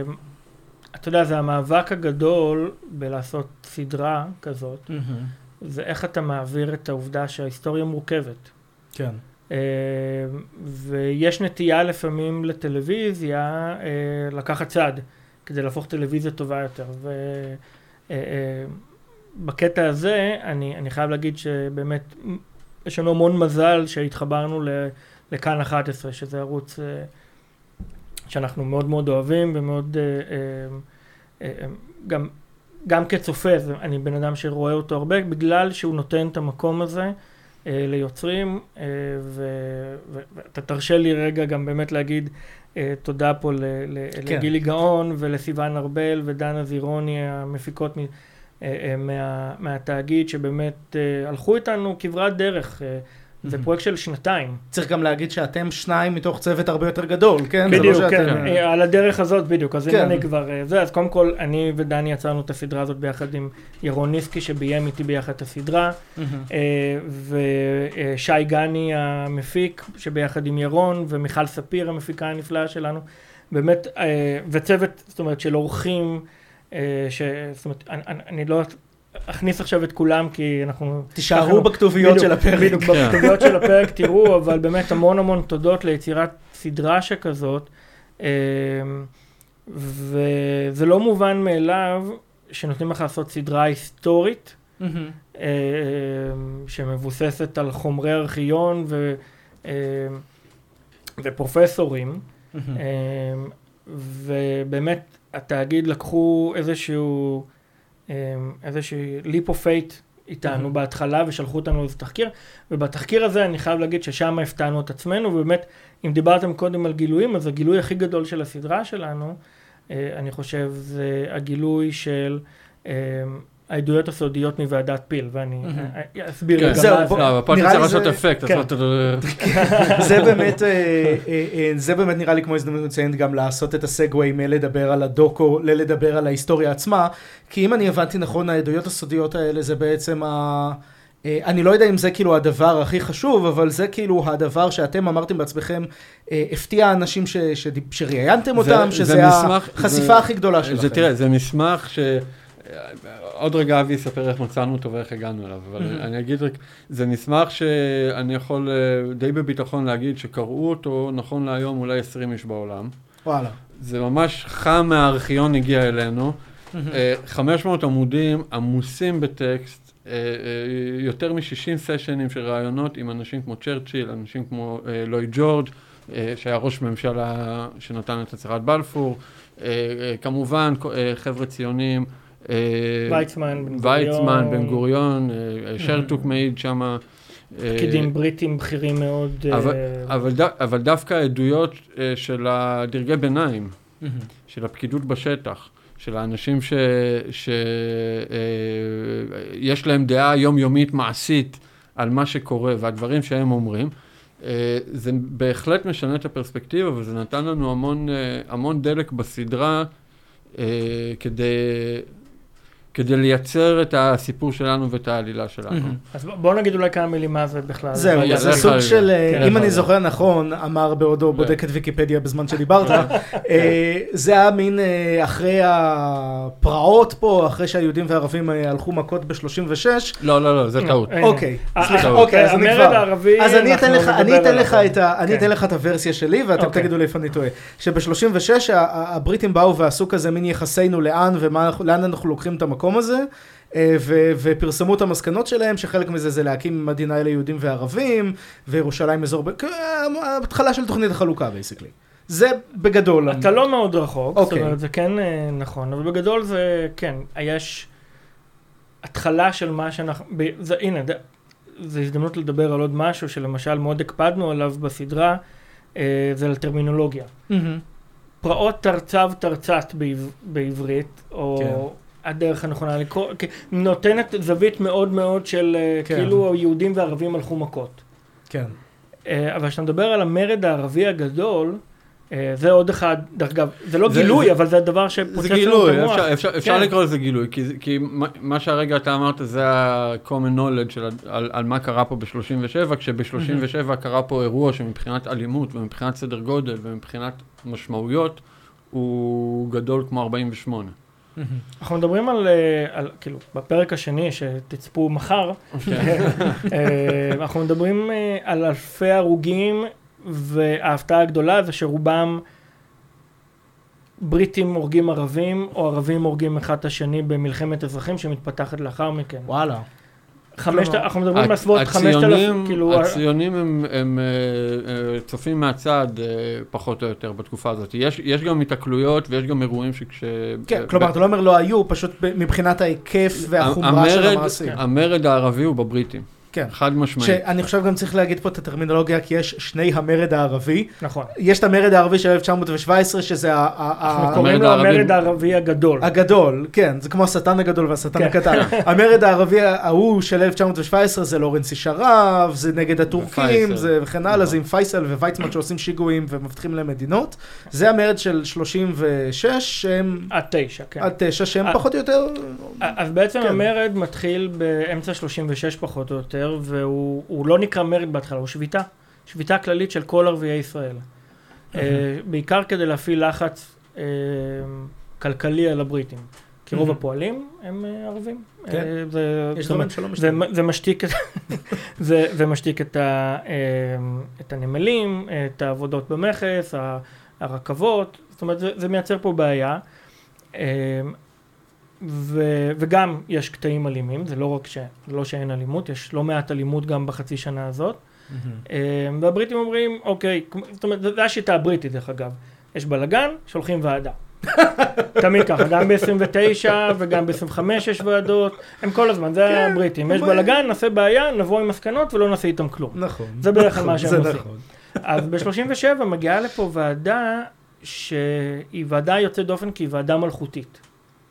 אתה יודע, זה המאבק הגדול בלעשות סדרה כזאת. זה איך אתה מעביר את העובדה שההיסטוריה מורכבת. כן. Uh, ויש נטייה לפעמים לטלוויזיה uh, לקחת צד, כדי להפוך טלוויזיה טובה יותר. ובקטע uh, uh, הזה, אני, אני חייב להגיד שבאמת, יש לנו המון מזל שהתחברנו לכאן אחת עשרה, שזה ערוץ uh, שאנחנו מאוד מאוד אוהבים, ומאוד uh, uh, uh, גם... גם כצופה, אני בן אדם שרואה אותו הרבה, בגלל שהוא נותן את המקום הזה ליוצרים, ואתה תרשה לי רגע גם באמת להגיד תודה פה לגילי גאון ולסיוון ארבל ודנה זירוני, המפיקות מהתאגיד, שבאמת הלכו איתנו כברת דרך. זה פרויקט של שנתיים. צריך גם להגיד שאתם שניים מתוך צוות הרבה יותר גדול, כן? בדיוק, כן. על הדרך הזאת, בדיוק. אז אם אני כבר זה, אז קודם כל, אני ודני יצרנו את הסדרה הזאת ביחד עם ירון ניסקי, שביים איתי ביחד את הסדרה, ושי גני המפיק, שביחד עם ירון, ומיכל ספיר המפיקה הנפלאה שלנו. באמת, וצוות, זאת אומרת, של אורחים, זאת אומרת, אני לא... אכניס עכשיו את כולם, כי אנחנו... תישארו בכתוביות של הפרק. בדיוק, בכתוביות של הפרק, תראו, אבל באמת המון המון תודות ליצירת סדרה שכזאת, וזה לא מובן מאליו שנותנים לך לעשות סדרה היסטורית, שמבוססת על חומרי ארכיון ופרופסורים, ובאמת התאגיד לקחו איזשהו... איזושהי leap of fate איתנו בהתחלה, ושלחו אותנו איזה תחקיר, ובתחקיר הזה אני חייב להגיד ששם הפתענו את עצמנו, ובאמת, אם דיברתם קודם על גילויים, אז הגילוי הכי גדול של הסדרה שלנו, אני חושב, זה הגילוי של העדויות הסודיות מוועדת פיל, ואני אסביר גם מה זה. פה אני צריך לעשות אפקט. זה באמת, זה באמת נראה לי כמו הזדמנות מציינת גם לעשות את הסגווי מלדבר על הדוקו, ללדבר על ההיסטוריה עצמה, כי אם אני הבנתי נכון, העדויות הסודיות האלה זה בעצם ה... אני לא יודע אם זה כאילו הדבר הכי חשוב, אבל זה כאילו הדבר שאתם אמרתם בעצמכם, הפתיע האנשים שראיינתם אותם, שזה החשיפה הכי גדולה שלכם. תראה, זה מסמך ש... עוד רגע אבי יספר איך מצאנו אותו ואיך הגענו אליו, אבל אני אגיד רק, זה מסמך שאני יכול די בביטחון להגיד שקראו אותו נכון להיום אולי עשרים איש בעולם. וואלה. זה ממש חם מהארכיון הגיע אלינו, חמש מאות עמודים עמוסים בטקסט, יותר מ-שישים סשנים של רעיונות עם אנשים כמו צ'רצ'יל, אנשים כמו לואיד ג'ורג', שהיה ראש ממשלה שנתן את הצהרת בלפור, כמובן חבר'ה ציונים, ויצמן, ויצמן, בן גוריון, שרתוק מעיד שמה. פקידים בריטים בכירים מאוד. אבל דווקא העדויות של הדרגי ביניים, של הפקידות בשטח, של האנשים שיש להם דעה יומיומית מעשית על מה שקורה והדברים שהם אומרים, זה בהחלט משנה את הפרספקטיבה, וזה נתן לנו המון, המון דלק בסדרה כדי... כדי לייצר את הסיפור שלנו ואת העלילה שלנו. אז בואו נגיד אולי כמה מילים מה זה בכלל. זהו, זה סוג של, אם אני זוכר נכון, אמר בעודו בודק את ויקיפדיה בזמן שדיברת, זה היה מין אחרי הפרעות פה, אחרי שהיהודים והערבים הלכו מכות ב-שלושים ושש. לא, לא, לא, זה טעות. אוקיי, סליחה, אוקיי, אז אני כבר. אז אני אתן לך את הוורסיה שלי, ואתם תגידו לי איפה אני טועה. שב-שלושים ושש הבריטים באו ועשו כזה מין יחסינו לאן, ולאן אנחנו לוקחים את המקום הזה, ופרסמו את המסקנות שלהם, שחלק מזה זה להקים מדינה ליהודים וערבים, וירושלים אזור, התחלה של תוכנית החלוקה, basically. זה בגדול. אתה לא מאוד רחוק, זאת אומרת, זה כן נכון, אבל בגדול זה, כן, יש התחלה של מה שאנחנו, הנה, זו הזדמנות לדבר על עוד משהו, שלמשל מאוד הקפדנו עליו בסדרה, זה על טרמינולוגיה. פרעות תרצב תרצת בעברית, או... הדרך הנכונה לקרוא, נותנת זווית מאוד מאוד של כאילו יהודים וערבים הלכו מכות. כן. אבל כשאתה מדבר על המרד הערבי הגדול, זה עוד אחד, דרך אגב, זה לא גילוי, אבל זה הדבר שפוצץ לנו את המוח. אפשר לקרוא לזה גילוי, כי מה שהרגע אתה אמרת זה ה-common knowledge על מה קרה פה ב-שלושים ושבע, כשב-שלושים ושבע קרה פה אירוע שמבחינת אלימות ומבחינת סדר גודל ומבחינת משמעויות, הוא גדול כמו ארבעים ושמונה. אנחנו מדברים על, על, כאילו, בפרק השני שתצפו מחר, אנחנו מדברים על אלפי הרוגים, וההפתעה הגדולה זה שרובם בריטים הורגים ערבים, או ערבים הורגים אחד את השני במלחמת אזרחים שמתפתחת לאחר מכן. וואלה. אנחנו מדברים על סביבות חמשת אלפים, כאילו... הציונים הם צופים מהצד פחות או יותר בתקופה הזאת. יש גם התקלויות ויש גם אירועים שכש... כן, כלומר, אתה לא אומר לא היו, פשוט מבחינת ההיקף והחומרה של המעשים. המרד הערבי הוא בבריטים. כן. חד משמעית. שאני חושב גם צריך להגיד פה את הטרמינולוגיה, כי יש שני המרד הערבי. נכון. יש את המרד הערבי של אלף תשע מאות שבע עשרה, שזה ה... אנחנו קוראים לו המרד הערבי הגדול. הגדול, כן. זה כמו השטן הגדול והשטן הקטן. המרד הערבי ההוא של אלף תשע מאות שבע עשרה זה לורנס איש ערב, זה נגד הטורקים, זה וכן הלאה, זה עם פייסל וויצמן שעושים שיגועים ומבטחים להם מדינות. זה המרד של שלושים ושש, שהם... עד תשע, כן. עד תשע, שהם פחות או יותר... אז בעצם המרד מתחיל באמצע שלושים ושש פחות או יותר. והוא לא נקרא מרד בהתחלה, הוא שביתה, שביתה כללית של כל ערביי ישראל. בעיקר כדי להפעיל לחץ כלכלי על הבריטים. כי רוב הפועלים הם ערבים. יש דברים שלא משתנים. זה משתיק את הנמלים, את העבודות במכס, הרכבות, זאת אומרת, זה מייצר פה בעיה. ו- וגם יש קטעים אלימים, זה לא רק ש- לא שאין אלימות, יש לא מעט אלימות גם בחצי שנה הזאת. Mm-hmm. והבריטים אומרים, אוקיי, זאת אומרת, זה השיטה הבריטית דרך אגב, יש בלגן, שולחים ועדה. תמיד ככה, גם ב-עשרים ותשע וגם ב-עשרים וחמש יש ועדות, הם כל הזמן, זה כן, הבריטים, יש בלגן, נעשה בעיה, נבוא עם מסקנות ולא נעשה איתם כלום. נכון. זה בדרך כלל מה שהם עושים. נכון. אז ב-שלושים ושבע מגיעה לפה ועדה, שהיא ועדה יוצאת דופן כי היא ועדה מלכותית.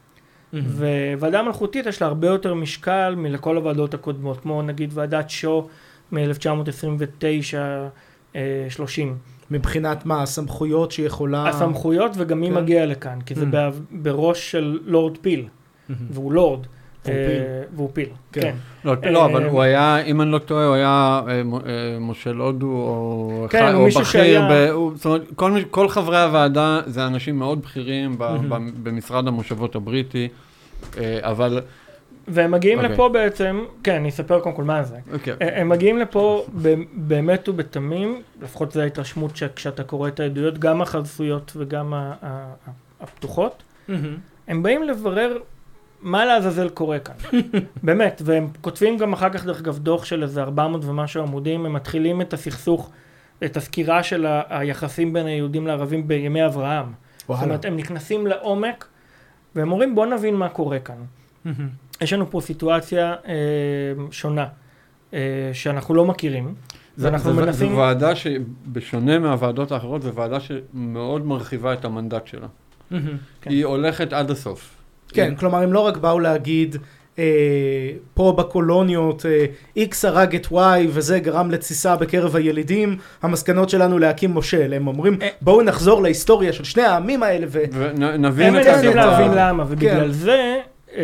וועדה מלכותית יש לה הרבה יותר משקל מלכל הוועדות הקודמות, כמו נגיד ועדת שו מ-אלף תשע מאות עשרים ותשע שלושים. מבחינת מה, הסמכויות שהיא יכולה... הסמכויות וגם מי מגיע לכאן, כי זה בראש של לורד פיל, והוא לורד, והוא פיל, כן. לא, אבל הוא היה, אם אני לא טועה, הוא היה מושל הודו או בכיר, זאת אומרת, כל חברי הוועדה זה אנשים מאוד בכירים במשרד המושבות הבריטי, אבל... והם מגיעים לפה בעצם, כן, אני אספר קודם כל מה זה. הם מגיעים לפה באמת ובתמים, לפחות זו ההתרשמות שכשאתה קורא את העדויות, גם החזויות וגם הפתוחות, הם באים לברר מה לעזאזל קורה כאן. באמת, והם כותבים גם אחר כך דרך אגב דוח של איזה ארבע מאות ומשהו עמודים, הם מתחילים את הסכסוך, את הסקירה של היחסים בין היהודים לערבים בימי אברהם. זאת אומרת, הם נכנסים לעומק, והם אומרים בוא נבין מה קורה כאן. יש לנו פה סיטואציה אה, שונה, אה, שאנחנו לא מכירים. זו, זו, מנסים... זו ועדה שבשונה מהוועדות האחרות, זו ועדה שמאוד מרחיבה את המנדט שלה. כן. היא הולכת עד הסוף. כן, היא... כלומר, הם לא רק באו להגיד, אה, פה בקולוניות, אה, X הרג את Y, וזה גרם לתסיסה בקרב הילידים, המסקנות שלנו להקים מושל. הם אומרים, אה... בואו נחזור להיסטוריה של שני העמים האלה, ו... ונבין את זה. הם מנסים להבין למה, ובגלל כן. זה...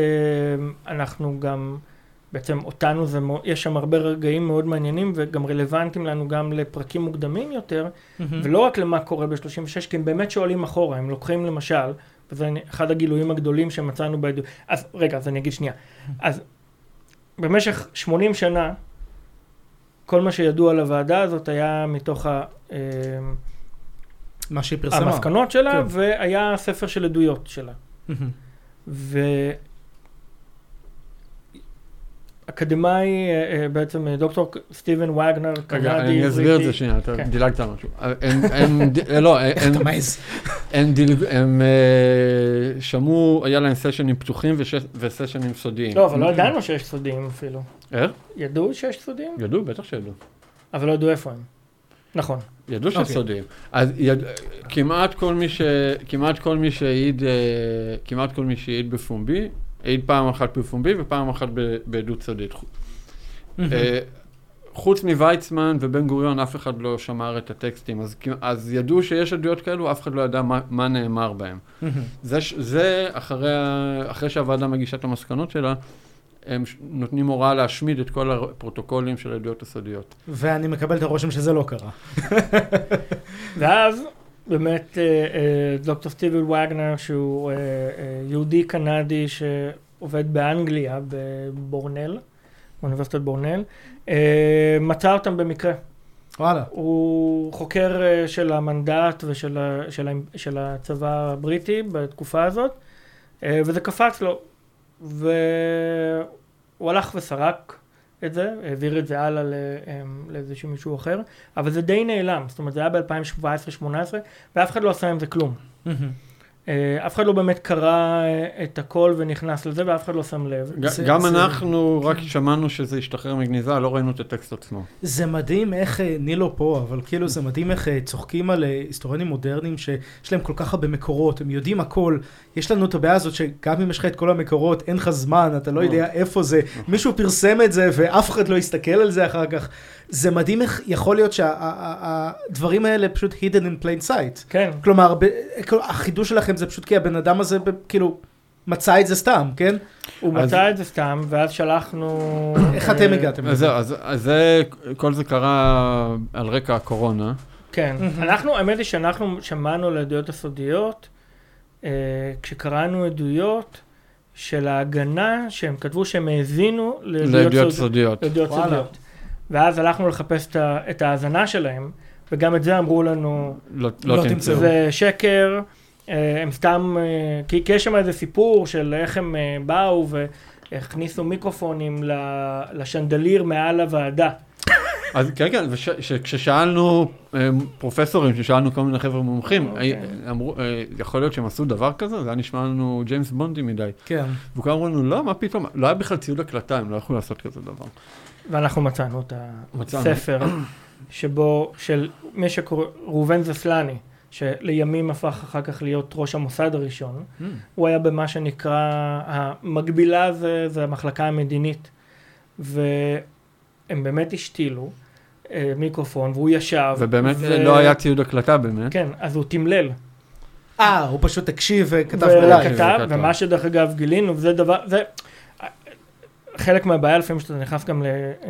אנחנו גם, בעצם אותנו, זה, יש שם הרבה רגעים מאוד מעניינים וגם רלוונטיים לנו גם לפרקים מוקדמים יותר, mm-hmm. ולא רק למה קורה ב-שלושים ושש, כי הם באמת שואלים אחורה, הם לוקחים למשל, וזה אחד הגילויים הגדולים שמצאנו בעדות, אז רגע, אז אני אגיד שנייה, אז במשך שמונים שנה, כל מה שידוע על הוועדה הזאת היה מתוך ה... מה שהיא פרסמה. המסקנות שלה, כן. והיה ספר של עדויות שלה. Mm-hmm. ו... אקדמאי, בעצם דוקטור סטיבן וגנר, קנדי, אני אסביר את זה שנייה, אתה דילגת על משהו. לא, הם שמעו, היה להם סשנים פתוחים וסשנים סודיים. לא, אבל לא ידענו שיש סודיים אפילו. איך? ידעו שיש סודיים? ידעו, בטח שידעו. אבל לא ידעו איפה הם. נכון. ידעו שיש סודיים. אז כמעט כל מי ש... כמעט כל מי שהעיד, כמעט כל מי שהעיד בפומבי, העיד פעם אחת בפומבי ופעם אחת בעדות סודית. חוץ מוויצמן ובן גוריון, אף אחד לא שמר את הטקסטים, אז, אז ידעו שיש עדויות כאלו, אף אחד לא ידע מה, מה נאמר בהם. זה, זה אחרי, אחרי שהוועדה מגישה את המסקנות שלה, הם נותנים הוראה להשמיד את כל הפרוטוקולים של העדויות הסודיות. ואני מקבל את הרושם שזה לא קרה. ואז, באמת, דוקטור סטיבן וגנר, שהוא יהודי קנדי שעובד באנגליה, בבורנל, באוניברסיטת בורנל, מצא אותם במקרה. וואלה. הוא חוקר של המנדט ושל של, של הצבא הבריטי בתקופה הזאת, וזה קפץ לו. והוא הלך וסרק את זה, העביר את זה הלאה לאיזשהו מישהו אחר, אבל זה די נעלם, זאת אומרת זה היה ב-אלפיים שבע עשרה שמונה עשרה, ואף אחד לא עשה עם זה כלום. אף אחד לא באמת קרא את הכל ונכנס לזה, ואף אחד לא שם לב. גם אנחנו רק שמענו שזה השתחרר מגניזה, לא ראינו את הטקסט עצמו. זה מדהים איך, נילו פה, אבל כאילו זה מדהים איך צוחקים על היסטוריונים מודרניים שיש להם כל כך הרבה מקורות, הם יודעים הכל. יש לנו את הבעיה הזאת שגם אם יש לך את כל המקורות, אין לך זמן, אתה לא יודע איפה זה. מישהו פרסם את זה ואף אחד לא יסתכל על זה אחר כך. זה מדהים איך יכול להיות שהדברים האלה פשוט hidden in plain sight. כן. כלומר, החידוש שלכם זה פשוט כי הבן אדם הזה כאילו מצא את זה סתם, כן? הוא מצא את זה סתם, ואז שלחנו... איך אתם הגעתם לזה? אז כל זה קרה על רקע הקורונה. כן. אנחנו, האמת היא שאנחנו שמענו לעדויות הסודיות, כשקראנו עדויות של ההגנה, שהם כתבו שהם האזינו לעדויות סודיות. לעדויות סודיות. ואז הלכנו לחפש את ההאזנה שלהם, וגם את זה אמרו לנו, לא תמצאו. זה שקר, הם סתם, כי יש שם איזה סיפור של איך הם באו והכניסו מיקרופונים לשנדליר מעל הוועדה. אז כן, כן, וכששאלנו פרופסורים, ששאלנו כל מיני חבר'ה מומחים, אמרו, יכול להיות שהם עשו דבר כזה? זה היה נשמע לנו ג'יימס בונדי מדי. כן. וכולם אמרו לנו, לא, מה פתאום? לא היה בכלל ציוד הקלטה, הם לא יכולו לעשות כזה דבר. ואנחנו מצאנו את הספר שבו, של מי שקורא, ראובן זסלני, שלימים הפך אחר כך להיות ראש המוסד הראשון. Mm. הוא היה במה שנקרא, המקבילה זה, זה המחלקה המדינית, והם באמת השתילו אה, מיקרופון, והוא ישב. ובאמת ו... זה לא היה ציוד הקלטה באמת. כן, אז הוא תמלל. אה, הוא פשוט הקשיב וכתב בלייב. וכתב, ומה שדרך אגב גילינו, וזה דבר, זה... חלק מהבעיה לפעמים שאתה נכנס גם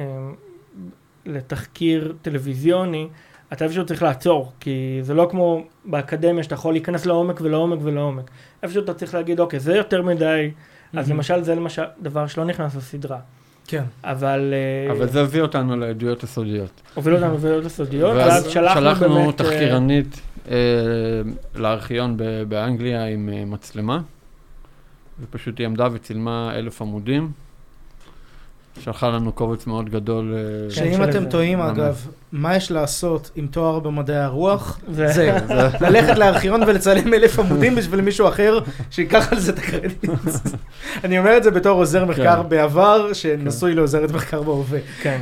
לתחקיר טלוויזיוני, אתה איפשהו צריך לעצור, כי זה לא כמו באקדמיה שאתה יכול להיכנס לעומק ולעומק ולעומק. איפשהו אתה צריך להגיד, אוקיי, זה יותר מדי, אז למשל זה למשל דבר שלא נכנס לסדרה. כן. אבל... אבל זה הביא אותנו לעדויות הסודיות. הוביל אותנו לעדויות הסודיות, ואז שלחנו תחקירנית לארכיון באנגליה עם מצלמה, ופשוט היא עמדה וצילמה אלף עמודים. שלחה לנו קובץ מאוד גדול. שאם אתם טועים, אגב, מה יש לעשות עם תואר במדעי הרוח? זה. ללכת לארכיון ולצלם אלף עמודים בשביל מישהו אחר שיקח על זה את הקרדיט. אני אומר את זה בתור עוזר מחקר בעבר, שנשוי לעוזרת מחקר בהווה. כן.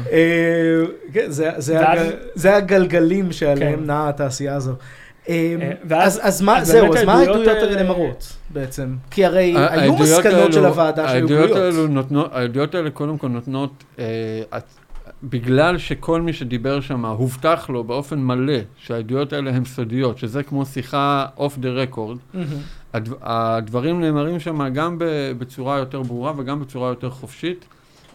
זה הגלגלים שעליהם נעה התעשייה הזו. אז מה, זהו, אז מה העדויות האלה מראות בעצם? כי הרי היו מסקנות של הוועדה שהיו גלויות. העדויות האלה קודם כל נותנות, בגלל שכל מי שדיבר שם הובטח לו באופן מלא שהעדויות האלה הן סודיות, שזה כמו שיחה off the record, הדברים נאמרים שם גם בצורה יותר ברורה וגם בצורה יותר חופשית.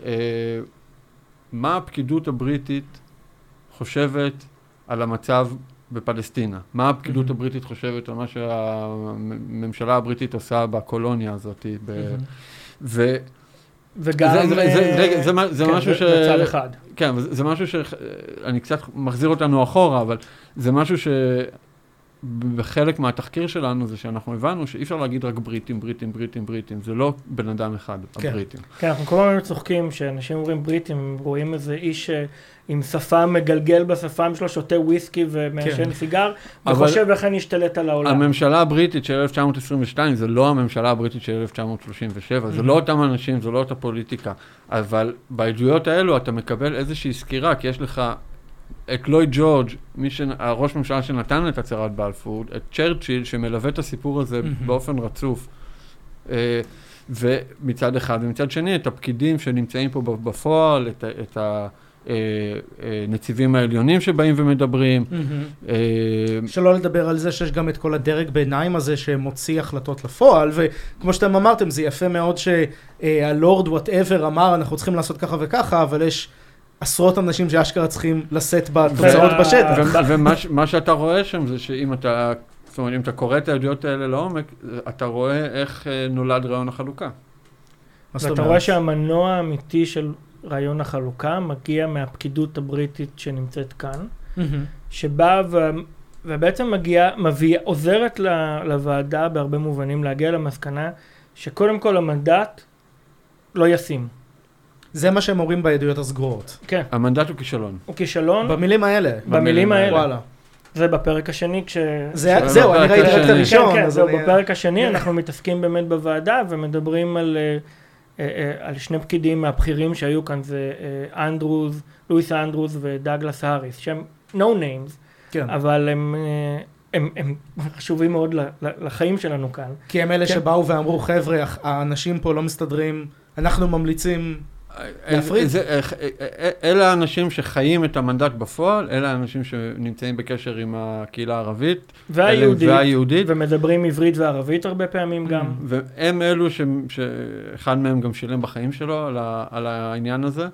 מה הפקידות הבריטית חושבת על המצב בפלסטינה? מה הפקידות הבריטית חושבת על מה שהממשלה הבריטית עושה בקולוניה הזאת? ו... וגם... זה משהו ש... בצד אחד. כן, זה משהו שאני קצת מחזיר אותנו אחורה, אבל זה משהו שבחלק מהתחקיר שלנו זה שאנחנו הבנו שאי אפשר להגיד רק בריטים, בריטים, בריטים, בריטים. זה לא בן אדם אחד, הבריטים. כן, אנחנו כל הזמן צוחקים שאנשים אומרים בריטים, רואים איזה איש עם שפם מגלגל בשפם שלו, שותה וויסקי ומעשן סיגר, וחושב איך אני אשתלט על העולם. הממשלה הבריטית של אלף תשע מאות עשרים ושתיים, זה לא הממשלה הבריטית של אלף תשע מאות שלושים ושבע, זה לא אותם אנשים, זה לא אותה פוליטיקה, אבל בעדויות האלו אתה מקבל איזושהי סקירה, כי יש לך את לויד ג'ורג', הראש ממשלה שנתן את הצהרת בלפור, את צ'רצ'יל שמלווה את הסיפור הזה באופן רצוף, ומצד אחד, ומצד שני את הפקידים שנמצאים פה בפועל, את ה... נציבים העליונים שבאים ומדברים. שלא לדבר על זה שיש גם את כל הדרג ביניים הזה שמוציא החלטות לפועל, וכמו שאתם אמרתם, זה יפה מאוד שהלורד whatever אמר, אנחנו צריכים לעשות ככה וככה, אבל יש עשרות אנשים שאשכרה צריכים לשאת בתוצאות בשטח. ומה שאתה רואה שם זה שאם אתה, זאת אומרת, אם אתה קורא את העדויות האלה לעומק, אתה רואה איך נולד רעיון החלוקה. ואתה רואה שהמנוע האמיתי של רעיון החלוקה מגיע מהפקידות הבריטית שנמצאת כאן, שבאה ובעצם מגיעה, מביאה, עוזרת לוועדה בהרבה מובנים להגיע למסקנה שקודם כל המנדט לא ישים. זה מה שהם אומרים בעדויות הסגורות. כן. המנדט הוא כישלון. הוא כישלון. במילים האלה. במילים האלה. וואלה. זה בפרק השני, כש... זהו, אני ראיתי רק את הראשון. כן, כן, זהו, בפרק השני אנחנו מתעסקים באמת בוועדה, ומדברים על על שני פקידים מהבכירים שהיו כאן, זה אנדרוז, לואיס אנדרוז ודאגלס האריס, שהם no names, אבל הם... הם, הם חשובים מאוד לחיים שלנו כאן. כי הם אלה כן. שבאו ואמרו, חבר'ה, האנשים פה לא מסתדרים, אנחנו ממליצים להפריד. זה, אלה האנשים שחיים את המנדט בפועל, אלה האנשים שנמצאים בקשר עם הקהילה הערבית. והיהודית. והיהודית. ומדברים עברית וערבית הרבה פעמים גם. והם אלו ש, שאחד מהם גם שילם בחיים שלו על, ה, על העניין הזה.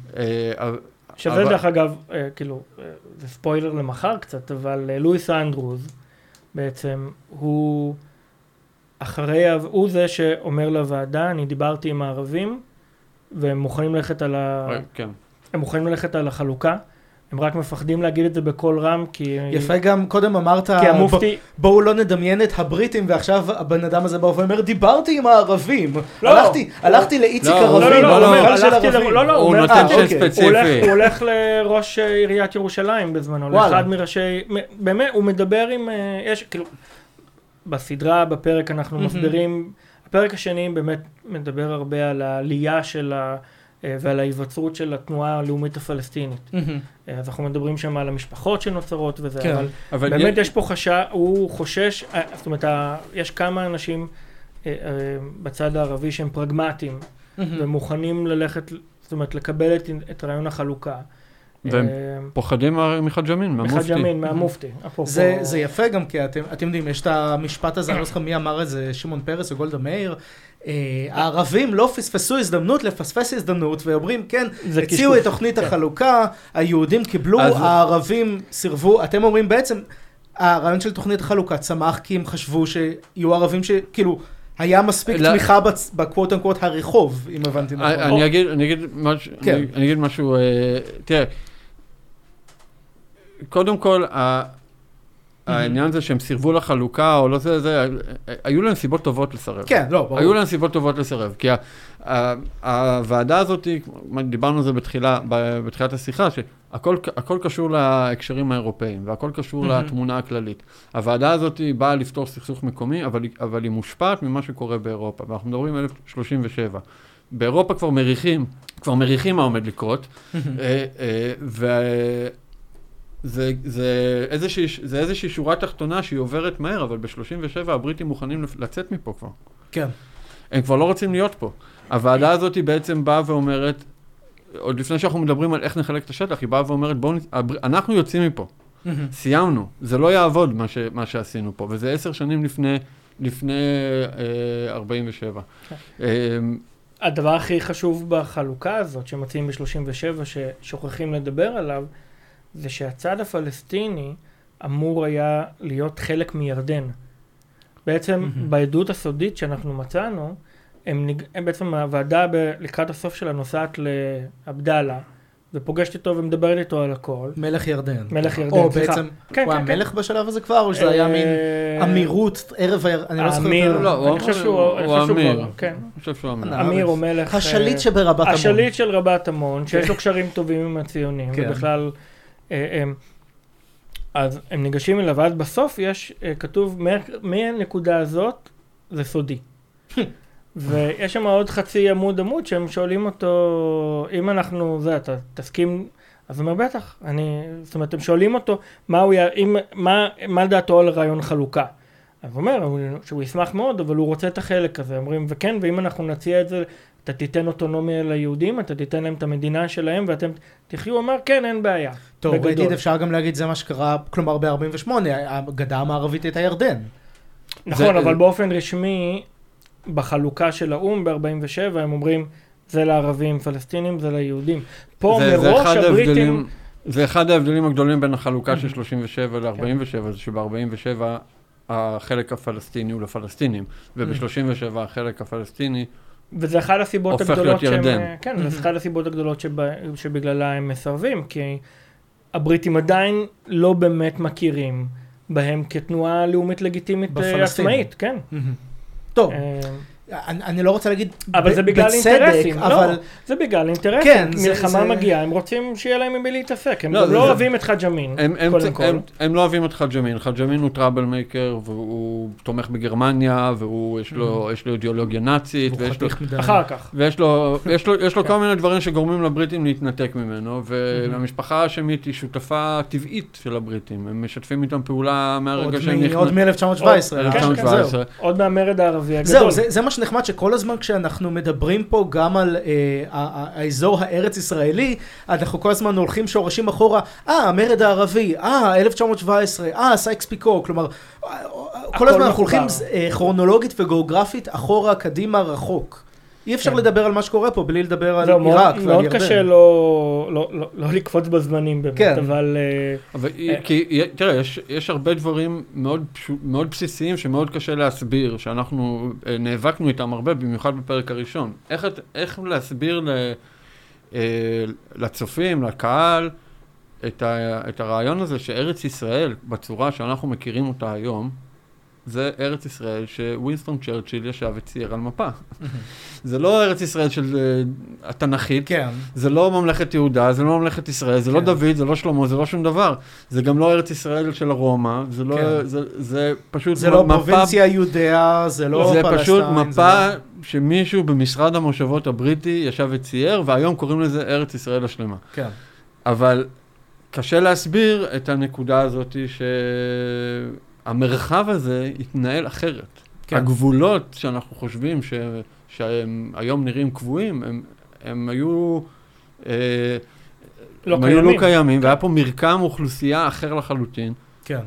שזה דרך אגב, כאילו, זה ספוילר למחר קצת, אבל לואיס אנדרוז בעצם הוא אחרי, הוא זה שאומר לוועדה, אני דיברתי עם הערבים, והם מוכנים ללכת על ה... כן. הם מוכנים ללכת על החלוקה, הם רק מפחדים להגיד את זה בקול רם, כי... יפה גם, קודם אמרת, המופתי... בואו לא נדמיין את הבריטים, ועכשיו הבן אדם הזה בא ואומר, דיברתי עם הערבים. הלכתי, הלכתי לאיציק ערבים. לא, לא, לא, לא, הוא נותן שם ספציפי. הוא הולך לראש עיריית ירושלים בזמנו, לאחד מראשי... באמת, הוא מדבר עם... יש, כאילו, בסדרה, בפרק אנחנו מסבירים... הפרק השני באמת מדבר הרבה על העלייה של ה... ועל ההיווצרות של התנועה הלאומית הפלסטינית. אז אנחנו מדברים שם על המשפחות שנוצרות וזה, כן. אבל, אבל באמת יש... יש פה חשש, הוא חושש, זאת אומרת, יש כמה אנשים בצד הערבי שהם פרגמטיים, ומוכנים ללכת, זאת אומרת, לקבל את, את רעיון החלוקה. והם פוחדים מחאג' אמין, מהמופתי. מחאג' אמין, מהמופתי. זה, זה יפה גם, כי אתם, אתם יודעים, יש את המשפט הזה, אני לא זוכר מי אמר את זה, שמעון פרס או גולדה מאיר, הערבים לא פספסו הזדמנות לפספס הזדמנות, ואומרים, כן, הציעו את תוכנית החלוקה, היהודים קיבלו, הערבים סירבו, אתם אומרים בעצם, הרעיון של תוכנית החלוקה צמח, כי הם חשבו שיהיו ערבים שכאילו, היה מספיק תמיכה בקוואט אנקוואט הרחוב, אם הבנתי נכון. אני אגיד, אני אגיד משהו, אני אגיד משהו, תראה, קודם כל, העניין זה שהם סירבו לחלוקה, או לא זה, זה, היו להם סיבות טובות לסרב. כן, לא, ברור. היו להם סיבות טובות לסרב, כי הוועדה הזאת, דיברנו על זה בתחילה, בתחילת השיחה, שהכל קשור להקשרים האירופאיים, והכל קשור לתמונה הכללית. הוועדה הזאת באה לפתור סכסוך מקומי, אבל היא מושפעת ממה שקורה באירופה, ואנחנו מדברים אלף שלושים ושבע. באירופה כבר מריחים, כבר מריחים מה עומד לקרות, ו... זה, זה, איזושהי, זה איזושהי שורה תחתונה שהיא עוברת מהר, אבל ב-שלושים ושבע הבריטים מוכנים לצאת מפה כבר. כן. הם כבר לא רוצים להיות פה. הוועדה הזאת היא בעצם באה ואומרת, עוד לפני שאנחנו מדברים על איך נחלק את השטח, היא באה ואומרת, בואו, אנחנו יוצאים מפה. סיימנו. זה לא יעבוד מה, ש, מה שעשינו פה, וזה עשר שנים לפני, לפני אה, ארבעים ושבע. אה, הדבר הכי חשוב בחלוקה הזאת שמציעים ב-שלושים ושבע, ששוכחים לדבר עליו, זה שהצד הפלסטיני אמור היה להיות חלק מירדן. בעצם mm-hmm. בעדות הסודית שאנחנו מצאנו, הם, נג... הם בעצם הוועדה ב... לקראת הסוף שלה נוסעת לעבדאללה, ופוגשת איתו ומדברת איתו על הכל. מלך ירדן. מלך ירדן, או סליחה. בעצם, כן, הוא כן, המלך כן. בשלב הזה כבר, או שזה היה מין אמירות, ערב הירדן, אני לא זוכר. אמיר, לא, אני חושב שהוא אמיר. כן. אני חושב שהוא אמיר. אמיר הוא מלך... השליט שברבת עמון. השליט של רבת עמון, שיש לו קשרים טובים עם הציונים, ובכלל... אז הם ניגשים אליו, ואז בסוף יש, כתוב, מהנקודה הזאת זה סודי. ויש שם עוד חצי עמוד עמוד שהם שואלים אותו, אם אנחנו, זה, אתה תסכים, אז הוא אומר, בטח, אני, זאת אומרת, הם שואלים אותו, מה הוא, אם, מה, מה דעתו על רעיון חלוקה? אז הוא אומר שהוא ישמח מאוד, אבל הוא רוצה את החלק הזה. אומרים, וכן, ואם אנחנו נציע את זה, אתה תיתן אוטונומיה ליהודים, אתה תיתן להם את המדינה שלהם, ואתם תחיו, הוא אומר, כן, אין בעיה. טוב, בגדול. אפשר גם להגיד, זה מה שקרה, כלומר, ב-ארבעים ושמונה, הגדה המערבית הייתה ירדן. נכון, אבל באופן רשמי, בחלוקה של האום ב-ארבעים ושבע, הם אומרים, זה לערבים פלסטינים, זה ליהודים. פה מראש הבריטים... זה אחד ההבדלים הגדולים בין החלוקה של שלושים ושבע ל-ארבעים ושבע, זה שב-ארבעים ושבע החלק הפלסטיני הוא לפלסטינים, וב-שלושים ושבע החלק הפלסטיני וזה אחד הסיבות הגדולות שהם, כן, זה אחד הסיבות הגדולות שבגללה הם מסרבים, כי הבריטים עדיין לא באמת מכירים בהם כתנועה לאומית לגיטימית עצמאית, כן. טוב, אני, אני לא רוצה להגיד אבל ב- זה בגלל בצדק, אינטרסים, אבל... לא, זה בגלל אינטרסים, כן, זה- מלחמה זה- מגיעה, הם רוצים שיהיה להם עם מי להתעסק, הם לא, גם זה- לא זה- אוהבים את חאג' אמין, הם, הם, קודם כל. הם, הם לא אוהבים את חאג' אמין, חאג' אמין הוא טראבל מייקר, והוא תומך בגרמניה, והוא, יש לו, יש לו אידיאולוגיה נאצית, הוא ויש לו, חתיך מדי. אחר כך. ויש לו, יש לו, יש לו כל מיני דברים שגורמים לבריטים להתנתק ממנו, והמשפחה האשמית היא שותפה טבעית של הבריטים, הם משתפים איתם פעולה מהרגע שהם נכנסים. עוד מ-אלף תשע מאות שבע עשרה. כן, כן, אלף תשע מאות שבע עשרה. עוד מהמרד הערבי הגדול. זהו, זה, זה מה שנחמד שכל הזמן כשאנחנו מדברים פה גם על אה, האזור הארץ ישראלי, אנחנו כל הזמן הולכים שורשים אחורה, אה, המרד הערבי, אה, אלף תשע מאות שבע עשרה, אה, סייקס פיקו, כלומר, כל הזמן אנחנו הולכים אה, כרונולוגית וגיאוגרפית אחורה, קדימה, רחוק. אי אפשר כן. לדבר על מה שקורה פה בלי לדבר על זהו, עיראק מאוד, ועל מאוד ירדן. קשה לא, לא, לא, לא לקפוץ בזמנים באמת, כן. אבל... אה, אבל כי, תראה, יש, יש הרבה דברים מאוד, מאוד בסיסיים שמאוד קשה להסביר, שאנחנו אה, נאבקנו איתם הרבה, במיוחד בפרק הראשון. איך, איך להסביר ל, אה, לצופים, לקהל, את, ה, את הרעיון הזה שארץ ישראל, בצורה שאנחנו מכירים אותה היום, זה ארץ ישראל שווינסטון צ'רצ'יל ישב וצייר על מפה. זה לא ארץ ישראל של uh, התנ"כית, כן. זה לא ממלכת יהודה, זה לא ממלכת ישראל, זה כן. לא דוד, זה לא שלמה, זה לא שום דבר. זה גם לא ארץ ישראל של הרומא, זה לא, כן. זה, זה פשוט זה לא מפה, פרובינציה יהודיה, זה לא זה פלסטין. פשוט זה מפה לא... שמישהו במשרד המושבות הבריטי ישב וצייר, והיום קוראים לזה ארץ ישראל השלמה. כן. אבל קשה להסביר את הנקודה הזאת ש... המרחב הזה יתנהל אחרת. כן. הגבולות שאנחנו חושבים ש... שהם היום נראים קבועים, הם, הם היו... אה, לא הם קיימים. היו לא קיימים, והיה פה מרקם אוכלוסייה אחר לחלוטין, כן.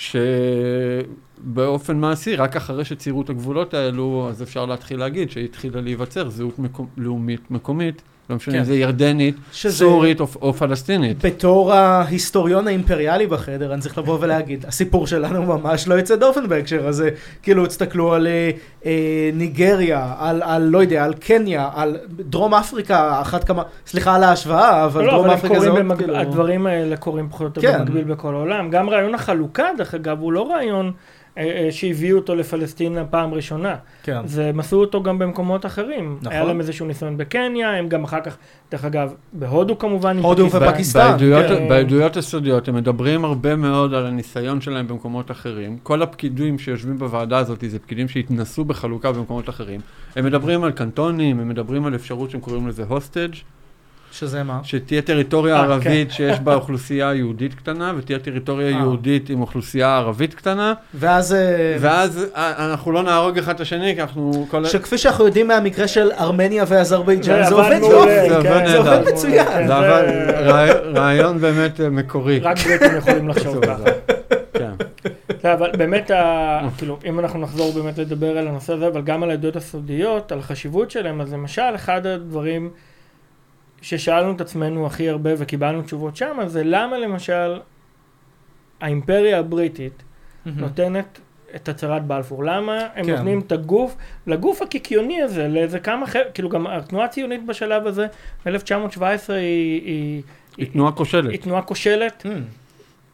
שבאופן מעשי, רק אחרי שציירו את הגבולות האלו, אז אפשר להתחיל להגיד שהתחילה להיווצר זהות מקום, לאומית מקומית, לא משנה כן. אם זה ירדנית, שזה- סורית או, או פלסטינית. בתור ההיסטוריון האימפריאלי בחדר, אני צריך לבוא ולהגיד, הסיפור שלנו ממש לא יצא דופן בהקשר הזה. כאילו, תסתכלו על אה, אה, ניגריה, על, על, לא יודע, על קניה, על דרום אפריקה, אחת כמה, סליחה על ההשוואה, אבל לא, דרום אבל אפריקה זה עוד, במקב... כאילו... הדברים האלה קורים פחות או כן. יותר במקביל בכל העולם. גם רעיון החלוקה, דרך אגב, הוא לא רעיון אה, אה, שהביאו אותו לפלסטין פעם ראשונה. כן. זה מסו אותו גם במקומות אחרים. נכון. היה להם איזשהו ניסיון בקניה, הם גם אחר כך, דרך אגב, בהודו כמובן. עם הודו פקיסטן. ופקיסטן. בעדויות, כן. בעדויות הסודיות, הם מדברים הרבה מאוד על הניסיון שלהם במקומות אחרים. כל הפקידים שיושבים בוועדה הזאת, זה פקידים שהתנסו בחלוקה במקומות אחרים. הם מדברים על קנטונים, הם מדברים על אפשרות שהם קוראים לזה הוסטג', שזה מה? שתהיה טריטוריה אה, ערבית שיש בה אוכלוסייה יהודית קטנה, ותהיה טריטוריה אה. יהודית עם אוכלוסייה ערבית קטנה, ואז... אה, ואז אה, אנחנו לא נהרוג אחד את השני, כי אנחנו... כל... שכפי שאנחנו יודעים מהמקרה של ארמניה ואזרבייג'אן, זה עובד מעולה, יופי, זה עובד כן, זה עובד נהדר. מצוין. כן, זה עבד, רעי- רעיון באמת אה, מקורי. רק בריטים יכולים לחשוב ככה. כן. לא, אבל באמת, ה... כאילו, אם אנחנו נחזור באמת לדבר על הנושא הזה, אבל גם על העדויות הסודיות, על החשיבות שלהם, אז למשל, אחד הדברים ששאלנו את עצמנו הכי הרבה וקיבלנו תשובות שם, אז זה למה למשל האימפריה הבריטית נותנת את הצהרת בלפור? למה הם כן. נותנים את הגוף, לגוף הקיקיוני הזה, לאיזה כמה חלק, כאילו גם התנועה הציונית בשלב הזה, ב-אלף תשע מאות שבע עשרה היא, היא, היא תנועה כושלת. היא תנועה כושלת, Hmm.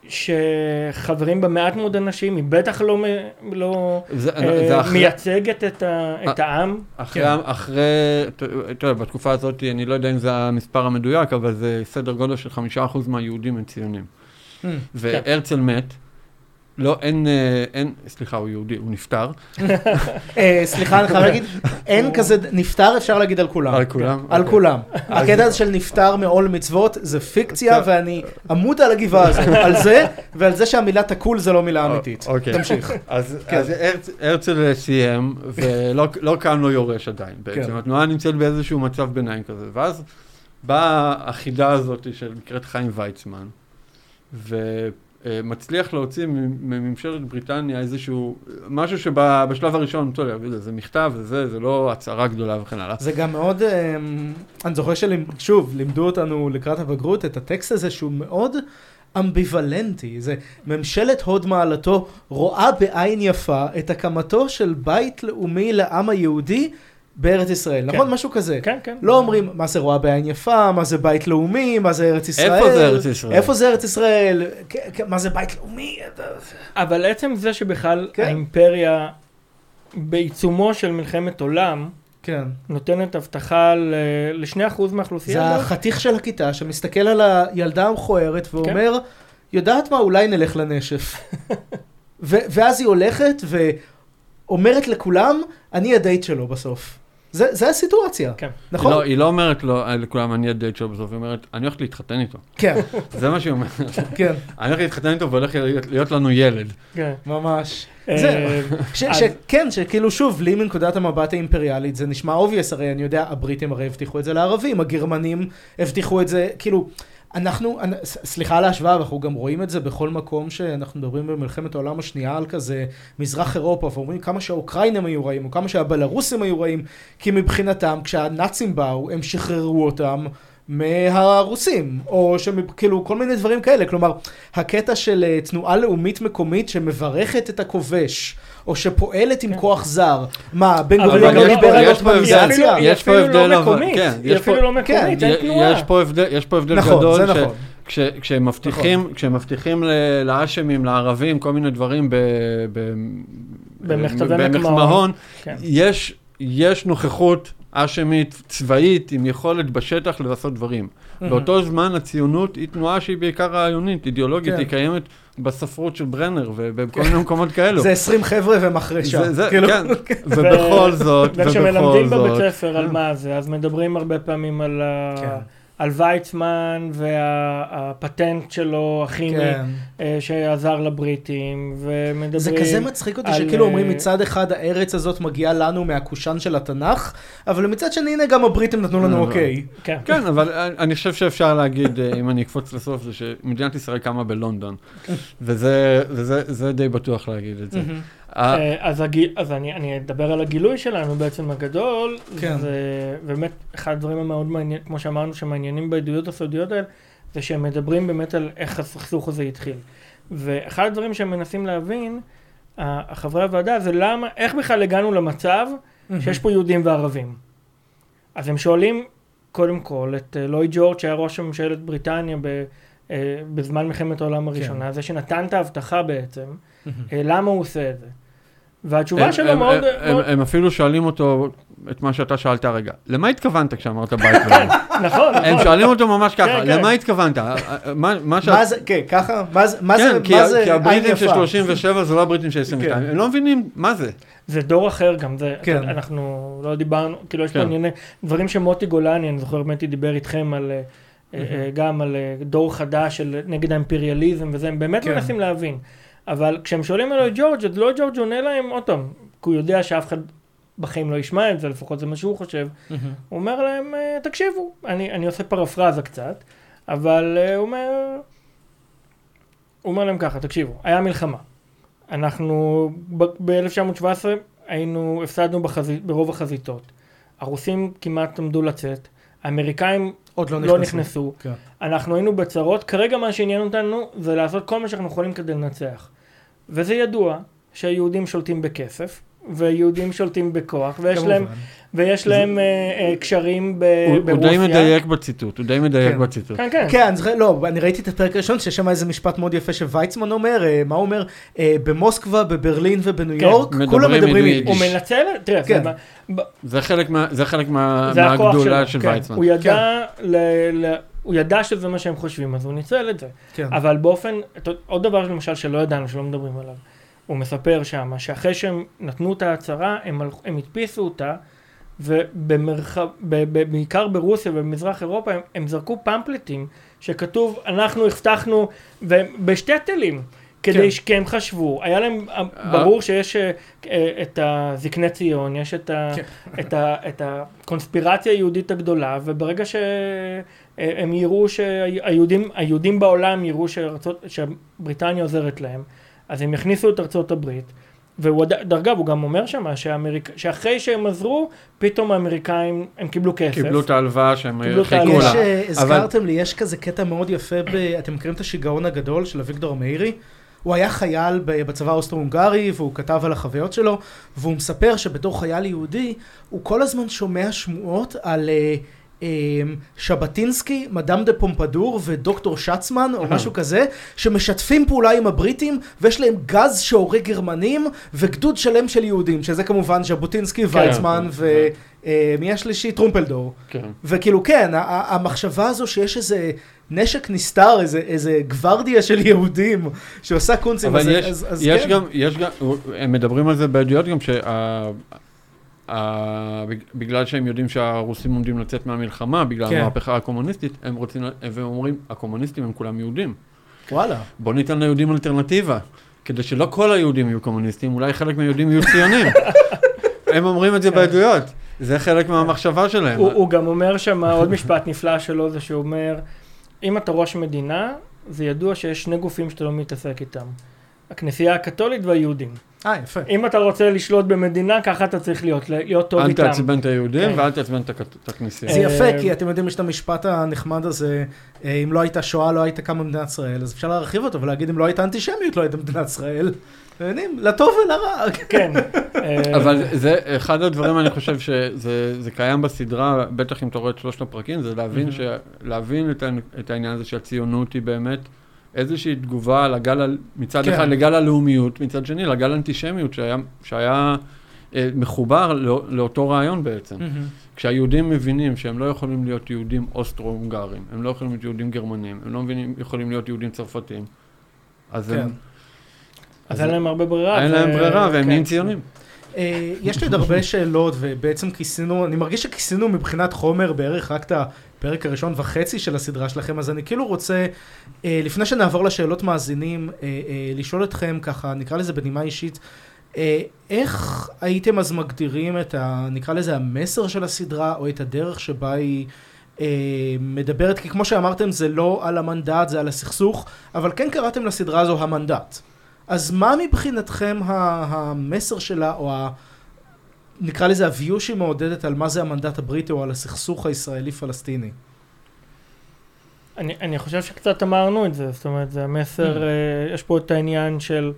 שחברים בה מעט מאוד אנשים, היא בטח לא, מ- לא זה- אה, זה אחרי- מייצגת את, ה, את העם. אחרי, כן. אחרי, אתה יודע, בתקופה הזאת, אני לא יודע אם זה המספר המדויק, אבל זה סדר גודל של חמישה אחוז מהיהודים הם ציונים. Hmm. והרצל מת, לא, אין, אה, אין, סליחה, הוא יהודי, הוא נפטר. אה, סליחה, אני חייב להגיד, אין כזה, נפטר אפשר להגיד על כולם. על כולם? על אוקיי. כולם. הקטע הזה של נפטר מעול מצוות זה פיקציה, ואני אמות על הגבעה הזאת, על זה, ועל זה שהמילה תקול זה לא מילה אמיתית. אוקיי. תמשיך. אז, כן. אז הרצ, הרצל סיים, ולא לא קם לו יורש עדיין בעצם. כן. התנועה נמצאת באיזשהו מצב ביניים כזה. ואז באה החידה הזאת של נקראת חיים ויצמן, ומצליח להוציא מממשלת בריטניה איזשהו, משהו שבשלב הראשון, אתה יודע, זה מכתב וזה, זה לא הצהרה גדולה וכן הלאה. זה גם מאוד, אמ, אני זוכר ששוב, לימדו אותנו לקראת הבגרות את הטקסט הזה שהוא מאוד אמביוולנטי. זה ממשלת הוד מעלתו רואה בעין יפה את הקמתו של בית לאומי לעם היהודי בארץ ישראל. כן. נכון? משהו כזה. כן, כן. לא אומרים מה זה רואה בעין יפה, מה זה בית לאומי, מה זה ארץ ישראל. איפה זה ארץ ישראל? איפה זה ארץ ישראל? כ- כ- מה זה בית לאומי? אבל עצם זה שבכלל כן. האימפריה בעיצומו של מלחמת עולם, כן. נותנת הבטחה ל-שני אחוז מהאוכלוסייה. זה החתיך של הכיתה שמסתכל על הילדה המכוערת ואומר, כן. יודעת מה, אולי נלך לנשף. ו- ואז היא הולכת ואומרת לכולם, אני הדייט שלו בסוף. זה, זה הסיטואציה, כן. נכון? לא, היא לא אומרת לו, לכולם, אני הדייט שלו בסוף, היא אומרת, אני הולכת להתחתן איתו. כן. זה מה שהיא אומרת. כן. אני הולכת להתחתן איתו והולך להיות לנו ילד. כן. ממש. זה, ש- ש- כן, שכאילו שוב, לי מנקודת המבט האימפריאלית, זה נשמע obvious, הרי אני יודע, הבריטים הרי הבטיחו את זה לערבים, הגרמנים הבטיחו את זה, כאילו, אנחנו, סליחה על ההשוואה, אנחנו גם רואים את זה בכל מקום שאנחנו מדברים במלחמת העולם השנייה על כזה מזרח אירופה, ואומרים כמה שהאוקראינים היו רעים, או כמה שהבלרוסים היו רעים, כי מבחינתם, כשהנאצים באו, הם שחררו אותם מהרוסים, או כאילו כל מיני דברים כאלה, כלומר, הקטע של תנועה לאומית מקומית שמברכת את הכובש, או שפועלת עם כוח זר. מה, בן גוריון לא דיבר על אופטימיזציה? היא אפילו לא מקומית, היא אפילו לא מקומית, אין תנועה. יש פה הבדל גדול, כשהם מבטיחים לאשמים, לערבים, כל מיני דברים במחמהון, יש נוכחות אשמית צבאית עם יכולת בשטח לעשות דברים. באותו זמן הציונות היא תנועה שהיא בעיקר רעיונית, אידיאולוגית, היא קיימת בספרות של ברנר ובכל מיני מקומות כאלו. זה עשרים חבר'ה ומחרשה. כן, ובכל זאת, וכשמלמדים בבית ספר על מה זה, אז מדברים הרבה פעמים על על ויצמן והפטנט שלו, הכימי, שעזר לבריטים, ומדברים... זה כזה מצחיק אותי שכאילו אומרים מצד אחד הארץ הזאת מגיעה לנו מהקושן של התנ"ך, אבל מצד שני הנה גם הבריטים נתנו לנו אוקיי. כן, אבל אני חושב שאפשר להגיד, אם אני אקפוץ לסוף, זה שמדינת ישראל קמה בלונדון, וזה די בטוח להגיד את זה. אז אני אדבר על הגילוי שלנו בעצם הגדול, ובאמת אחד הדברים המאוד מעניינים, כמו שאמרנו שמעניינים בעדויות הסודיות האלה, זה שהם מדברים באמת על איך הסכסוך הזה התחיל. ואחד הדברים שהם מנסים להבין, חברי הוועדה, זה למה, איך בכלל הגענו למצב שיש פה יהודים וערבים. אז הם שואלים קודם כל את לואיד ג'ורג' שהיה ראש ממשלת בריטניה בזמן מלחמת העולם הראשונה, זה שנתן את ההבטחה בעצם, למה הוא עושה את זה. והתשובה שלו מאוד... הם אפילו שואלים אותו את מה שאתה שאלת הרגע. למה התכוונת כשאמרת בית? כן, נכון. הם שואלים אותו ממש ככה, למה התכוונת? מה זה, כן, ככה? מה זה, כי הבריטים של שלושים ושבע זה לא הבריטים של עשרים ושתיים. הם לא מבינים מה זה. זה דור אחר גם, אנחנו לא דיברנו, כאילו יש פה ענייני, דברים שמוטי גולני, אני זוכר, מתי דיבר איתכם על... גם על דור חדש נגד האימפריאליזם וזה, הם באמת מנסים להבין. אבל כשהם שואלים על ג'ורג', אז לא ג'ורג' עונה להם עוד פעם, כי הוא יודע שאף אחד בחיים לא ישמע את זה, לפחות זה מה שהוא חושב. הוא אומר להם, תקשיבו, אני, אני עושה פרפרזה קצת, אבל הוא אומר, הוא אומר להם ככה, תקשיבו, היה מלחמה. אנחנו ב-אלף תשע מאות שבע עשרה היינו, הפסדנו בחזית, ברוב החזיתות. הרוסים כמעט עמדו לצאת, האמריקאים עוד לא, לא נכנסו. נכנסו. כן. אנחנו היינו בצרות, כרגע מה שעניין אותנו זה לעשות כל מה שאנחנו יכולים כדי לנצח. וזה ידוע שהיהודים שולטים בכסף, ויהודים שולטים בכוח, ויש להם, ויש להם זה... אה, אה, קשרים ב- הוא, ברוסיה. הוא די מדייק בציטוט, הוא די מדייק כן. בציטוט. כן, כן. כן, זה, לא, אני ראיתי את הפרק הראשון, ששם איזה משפט מאוד יפה שוויצמן אומר, אה, מה הוא אומר? אה, במוסקבה, בברלין ובניו כן. יורק, כולם מדברים יידיש. הוא מנצל, תראה, כן. זה, ב... זה חלק, מה, זה חלק מה, זה מהגדולה של כן. ויצמן. הוא ידע, כן. ל, ל, הוא ידע שזה מה שהם חושבים, אז הוא ניצל את זה. כן. אבל באופן, עוד דבר למשל שלא ידענו, שלא מדברים עליו. הוא מספר שם, שאחרי שהם נתנו את ההצהרה, הם, הם הדפיסו אותה, ובמרחב, בעיקר ברוסיה ובמזרח אירופה, הם, הם זרקו פמפלטים, שכתוב, אנחנו הבטחנו, ובשתי תלים, כדי כן. שהם חשבו. היה להם ברור שיש את הזקני ציון, יש את, ה, כן. את, ה, את הקונספירציה היהודית הגדולה, וברגע שהם יראו שהיהודים, היהודים בעולם יראו שארצות, שבריטניה עוזרת להם, אז הם הכניסו את ארצות הברית, ודרגב הוא גם אומר שם שהאמריק... שאחרי שהם עזרו, פתאום האמריקאים, הם קיבלו כסף. קיבלו את ההלוואה שהם חיכו לה. הזכרתם לי, יש כזה קטע מאוד יפה, ב... אתם מכירים את השיגעון הגדול של אביגדור מאירי? הוא היה חייל בצבא האוסטרו-הונגרי, והוא כתב על החוויות שלו, והוא מספר שבתור חייל יהודי, הוא כל הזמן שומע שמועות על... שבטינסקי, מדאם דה פומפדור ודוקטור שצמן או משהו כזה, שמשתפים פעולה עם הבריטים ויש להם גז שהורג גרמנים וגדוד שלם של יהודים, שזה כמובן ז'בוטינסקי, ויצמן ומי השלישי? טרומפלדור. וכאילו כן, המחשבה הזו שיש איזה נשק נסתר, איזה גוורדיה של יהודים שעושה קונצים. אבל יש גם, יש גם, הם מדברים על זה בעדויות גם שה... בגלל שהם יודעים שהרוסים עומדים לצאת מהמלחמה, בגלל המהפכה הקומוניסטית, הם רוצים, והם אומרים, הקומוניסטים הם כולם יהודים. וואלה. בוא ניתן ליהודים אלטרנטיבה, כדי שלא כל היהודים יהיו קומוניסטים, אולי חלק מהיהודים יהיו ציונים. הם אומרים את זה בעדויות. זה חלק מהמחשבה שלהם. הוא גם אומר שם, עוד משפט נפלא שלו, זה שהוא אומר, אם אתה ראש מדינה, זה ידוע שיש שני גופים שאתה לא מתעסק איתם. הכנסייה הקתולית והיהודים. אה, יפה. אם אתה רוצה לשלוט במדינה, ככה אתה צריך להיות, להיות טוב איתם. איתם. אל תעצבן את היהודים ואל תעצבן את הכנסייה. זה יפה, כי אתם יודעים, יש את המשפט הנחמד הזה, אם לא הייתה שואה, לא הייתה קמה מדינת ישראל, אז אפשר להרחיב אותו ולהגיד, אם לא הייתה אנטישמיות, לא הייתה מדינת ישראל. יודעים, לטוב ולרע. כן. אבל זה, אחד הדברים, אני חושב שזה קיים בסדרה, בטח אם אתה רואה את שלושת הפרקים, זה להבין, להבין את העניין הזה שהציונות היא באמת איזושהי תגובה לגל, מצד אחד לגל הלאומיות, מצד שני לגל האנטישמיות שהיה, שהיה אה, מחובר לא, לאותו רעיון בעצם. Mm-hmm. כשהיהודים מבינים שהם לא יכולים להיות יהודים אוסטרו-הונגרים, הם לא יכולים להיות יהודים גרמנים, הם לא מבינים, יכולים להיות יהודים צרפתים, אז כן. הם... אז אין להם הרבה ברירה. אין להם ברירה והם נהיים ציונים. יש לי עוד הרבה שאלות, ובעצם כיסינו, אני מרגיש שכיסינו מבחינת חומר בערך רק את הפרק הראשון וחצי של הסדרה שלכם, אז אני כאילו רוצה, לפני שנעבור לשאלות מאזינים, לשאול אתכם ככה, נקרא לזה בנימה אישית, איך הייתם אז מגדירים את ה, נקרא לזה המסר של הסדרה, או את הדרך שבה היא מדברת, כי כמו שאמרתם, זה לא על המנדט, זה על הסכסוך, אבל כן קראתם לסדרה הזו המנדט. אז מה מבחינתכם המסר שלה, או ה... נקרא לזה הוויו שהיא מעודדת על מה זה המנדט הבריטי, או על הסכסוך הישראלי-פלסטיני? אני, אני חושב שקצת אמרנו את זה, זאת אומרת, זה המסר, mm. יש פה את העניין של,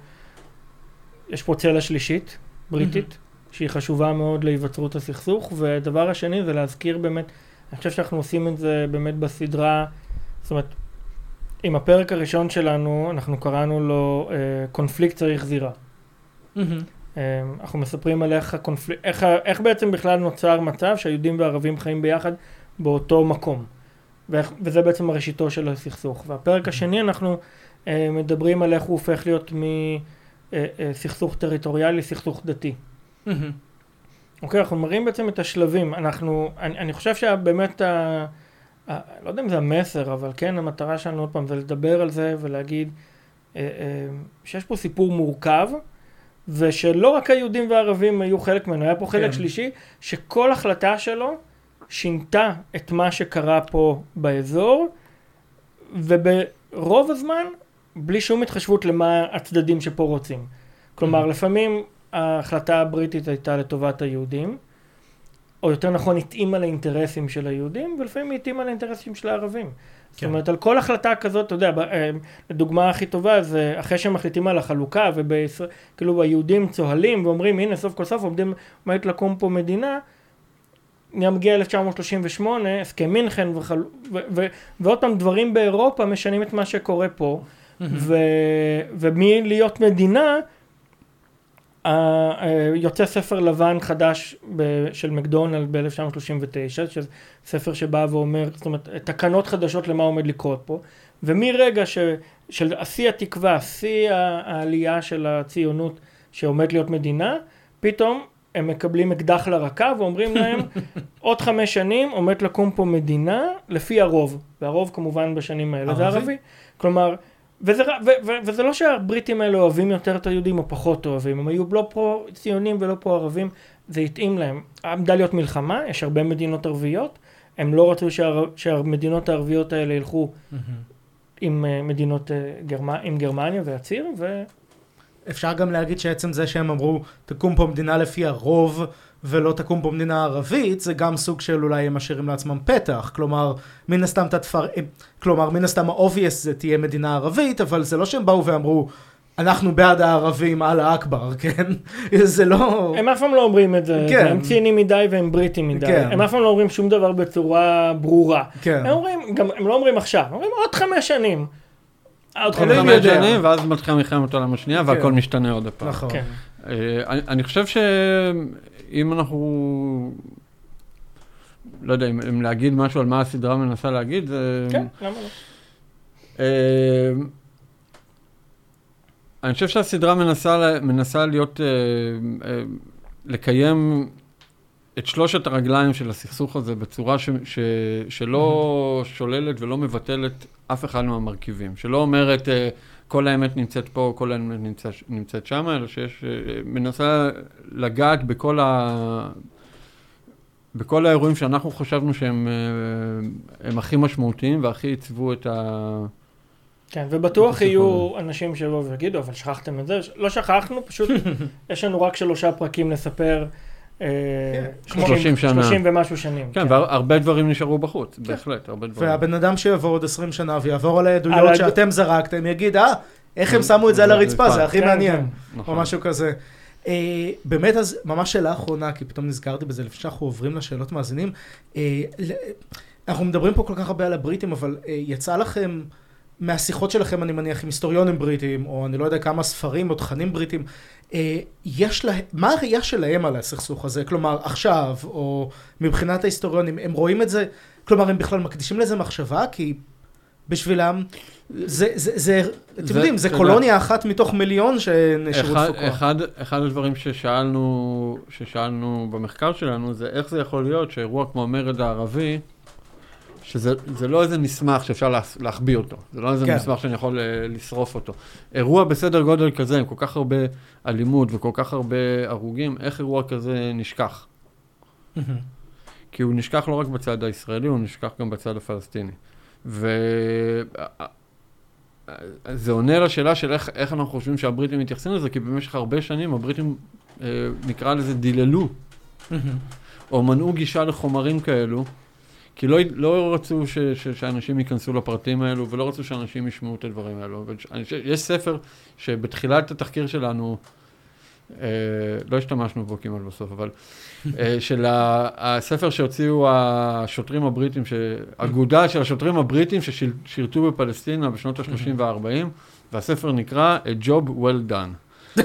יש פה צלע שלישית, בריטית, mm-hmm. שהיא חשובה מאוד להיווצרות הסכסוך, ודבר השני זה להזכיר באמת, אני חושב שאנחנו עושים את זה באמת בסדרה, זאת אומרת, עם הפרק הראשון שלנו, אנחנו קראנו לו אה, קונפליקט צריך זירה. Mm-hmm. אה, אנחנו מספרים על איך, הקונפל... איך, איך בעצם בכלל נוצר מצב שהיהודים והערבים חיים ביחד באותו מקום. ואיך, וזה בעצם הראשיתו של הסכסוך. והפרק mm-hmm. השני אנחנו אה, מדברים על איך הוא הופך להיות מסכסוך טריטוריאלי, סכסוך דתי. Mm-hmm. אוקיי, אנחנו מראים בעצם את השלבים. אנחנו, אני, אני חושב שבאמת ה... לא יודע אם זה המסר, אבל כן, המטרה שלנו עוד פעם זה לדבר על זה ולהגיד שיש פה סיפור מורכב, ושלא רק היהודים והערבים היו חלק ממנו, היה פה חלק שלישי, שכל החלטה שלו שינתה את מה שקרה פה באזור, וברוב הזמן, בלי שום התחשבות למה הצדדים שפה רוצים. כלומר, לפעמים ההחלטה הבריטית הייתה לטובת היהודים, או יותר נכון, התאימה לאינטרסים של היהודים, ולפעמים התאימה לאינטרסים של הערבים. כן. זאת אומרת, על כל החלטה כזאת, אתה יודע, הדוגמה הכי טובה זה אחרי שהם מחליטים על החלוקה, וכאילו היהודים צוהלים ואומרים, הנה, סוף כל סוף עומדים, עומדת לקום פה מדינה, מגיע אלף תשע מאות שלושים ושמונה, הסכם מינכן, וחל... ו... ו... ועוד פעם דברים באירופה משנים את מה שקורה פה, ו... ומי להיות מדינה, יוצא ספר לבן חדש של מקדונלד ב-אלף תשע מאות שלושים ותשע, שזה ספר שבא ואומר, זאת אומרת, תקנות חדשות למה עומד לקרות פה, ומרגע ש, של השיא התקווה, שיא העלייה של הציונות שעומד להיות מדינה, פתאום הם מקבלים אקדח לרקה ואומרים להם, עוד חמש שנים עומד לקום פה מדינה לפי הרוב, והרוב כמובן בשנים האלה זה ערבי. כלומר, וזה, ו, ו, וזה לא שהבריטים האלה אוהבים יותר את היהודים או פחות אוהבים, הם היו לא פה ציונים ולא פה ערבים, זה התאים להם. עמדה להיות מלחמה, יש הרבה מדינות ערביות, הם לא רצו שה, שהמדינות הערביות האלה ילכו mm-hmm. עם מדינות, גרמ, עם גרמניה והציר, ו... אפשר גם להגיד שעצם זה שהם אמרו, תקום פה מדינה לפי הרוב, ולא תקום פה מדינה ערבית, זה גם סוג של אולי הם משאירים לעצמם פתח, כלומר, מן הסתם תתפר... כלומר, מן הסתם האובייס זה תהיה מדינה ערבית, אבל זה לא שהם באו ואמרו, אנחנו בעד הערבים, אללה אכבר, כן? זה לא... הם אף פעם לא אומרים את זה, כן. הם ציניים מדי והם בריטים מדי. כן. הם אף פעם לא אומרים שום דבר בצורה ברורה. כן. הם אומרים, גם, הם לא אומרים עכשיו, הם אומרים עוד חמש שנים. עוד עוד חמש חמש שנים. שנים, ואז מתחילה מלחמת העולם השנייה, והכל משתנה עוד הפעם. נכון. כן. אה, אני אני חושב שאם אנחנו... לא יודע, אם אם להגיד משהו על מה הסדרה מנסה להגיד, זה... כן, למה לא? אה, אני חושב שהסדרה מנסה, מנסה להיות, אה, אה, לקיים את שלושת הרגליים של הסכסוך הזה בצורה ש, ש, שלא שוללת ולא מבטלת אף אחד מהמרכיבים. שלא אומרת, אה, כל האמת נמצאת פה, כל האמת נמצאת, נמצאת שם, אלא שיש, אה, מנסה לגעת בכל ה... בכל האירועים שאנחנו חשבנו שהם אה, הם הכי משמעותיים והכי עיצבו את ה... כן, ובטוח יהיו אנשים שיבואו ויגידו, אבל שכחתם את זה. לא שכחנו, פשוט יש לנו רק שלושה פרקים לספר. שלושים שנה. שלושים ומשהו שנים. כן, והרבה דברים נשארו בחוץ, בהחלט, הרבה דברים. והבן אדם שיבוא עוד עשרים שנה ויעבור על העדויות שאתם זרקתם, יגיד, אה, איך הם שמו את זה על הרצפה, זה הכי מעניין. או משהו כזה. באמת, אז ממש שאלה אחרונה, כי פתאום נזכרתי בזה, לפני שאנחנו עוברים לשאלות מאזינים. אנחנו מדברים פה כל כך הרבה על הבריטים, אבל יצא לכם... מהשיחות שלכם, אני מניח, עם היסטוריונים בריטים, או אני לא יודע כמה ספרים או תכנים בריטים, יש לה... מה הראייה שלהם על הסכסוך הזה? כלומר, עכשיו, או מבחינת ההיסטוריונים, הם רואים את זה, כלומר, הם בכלל מקדישים לזה מחשבה, כי בשבילם, זה, זה, זה, אתם יודעים, זה קולוניה אחת מתוך מיליון שנשארו תפוקות. אחד, אחד הדברים ששאלנו, ששאלנו במחקר שלנו, זה איך זה יכול להיות שאירוע כמו המרד הערבי, שזה זה לא איזה מסמך שאפשר להחביא אותו, זה לא איזה כן. מסמך שאני יכול לשרוף אותו. אירוע בסדר גודל כזה, עם כל כך הרבה אלימות וכל כך הרבה הרוגים, איך אירוע כזה נשכח? Mm-hmm. כי הוא נשכח לא רק בצד הישראלי, הוא נשכח גם בצד הפלסטיני. וזה עונה לשאלה של איך, איך אנחנו חושבים שהבריטים מתייחסים לזה, כי במשך הרבה שנים הבריטים, אה, נקרא לזה דיללו, mm-hmm. או מנעו גישה לחומרים כאלו, כי לא, לא רצו ש, ש, שאנשים ייכנסו לפרטים האלו, ולא רצו שאנשים ישמעו את הדברים האלו. יש ספר שבתחילת התחקיר שלנו, אה, לא השתמשנו בו כמעט בסוף, אבל אה, של הספר שהוציאו השוטרים הבריטים, אגודה של השוטרים הבריטים ששירתו בפלסטינה בשנות ה-שלושים וה-ארבעים, והספר נקרא A Job Well Done.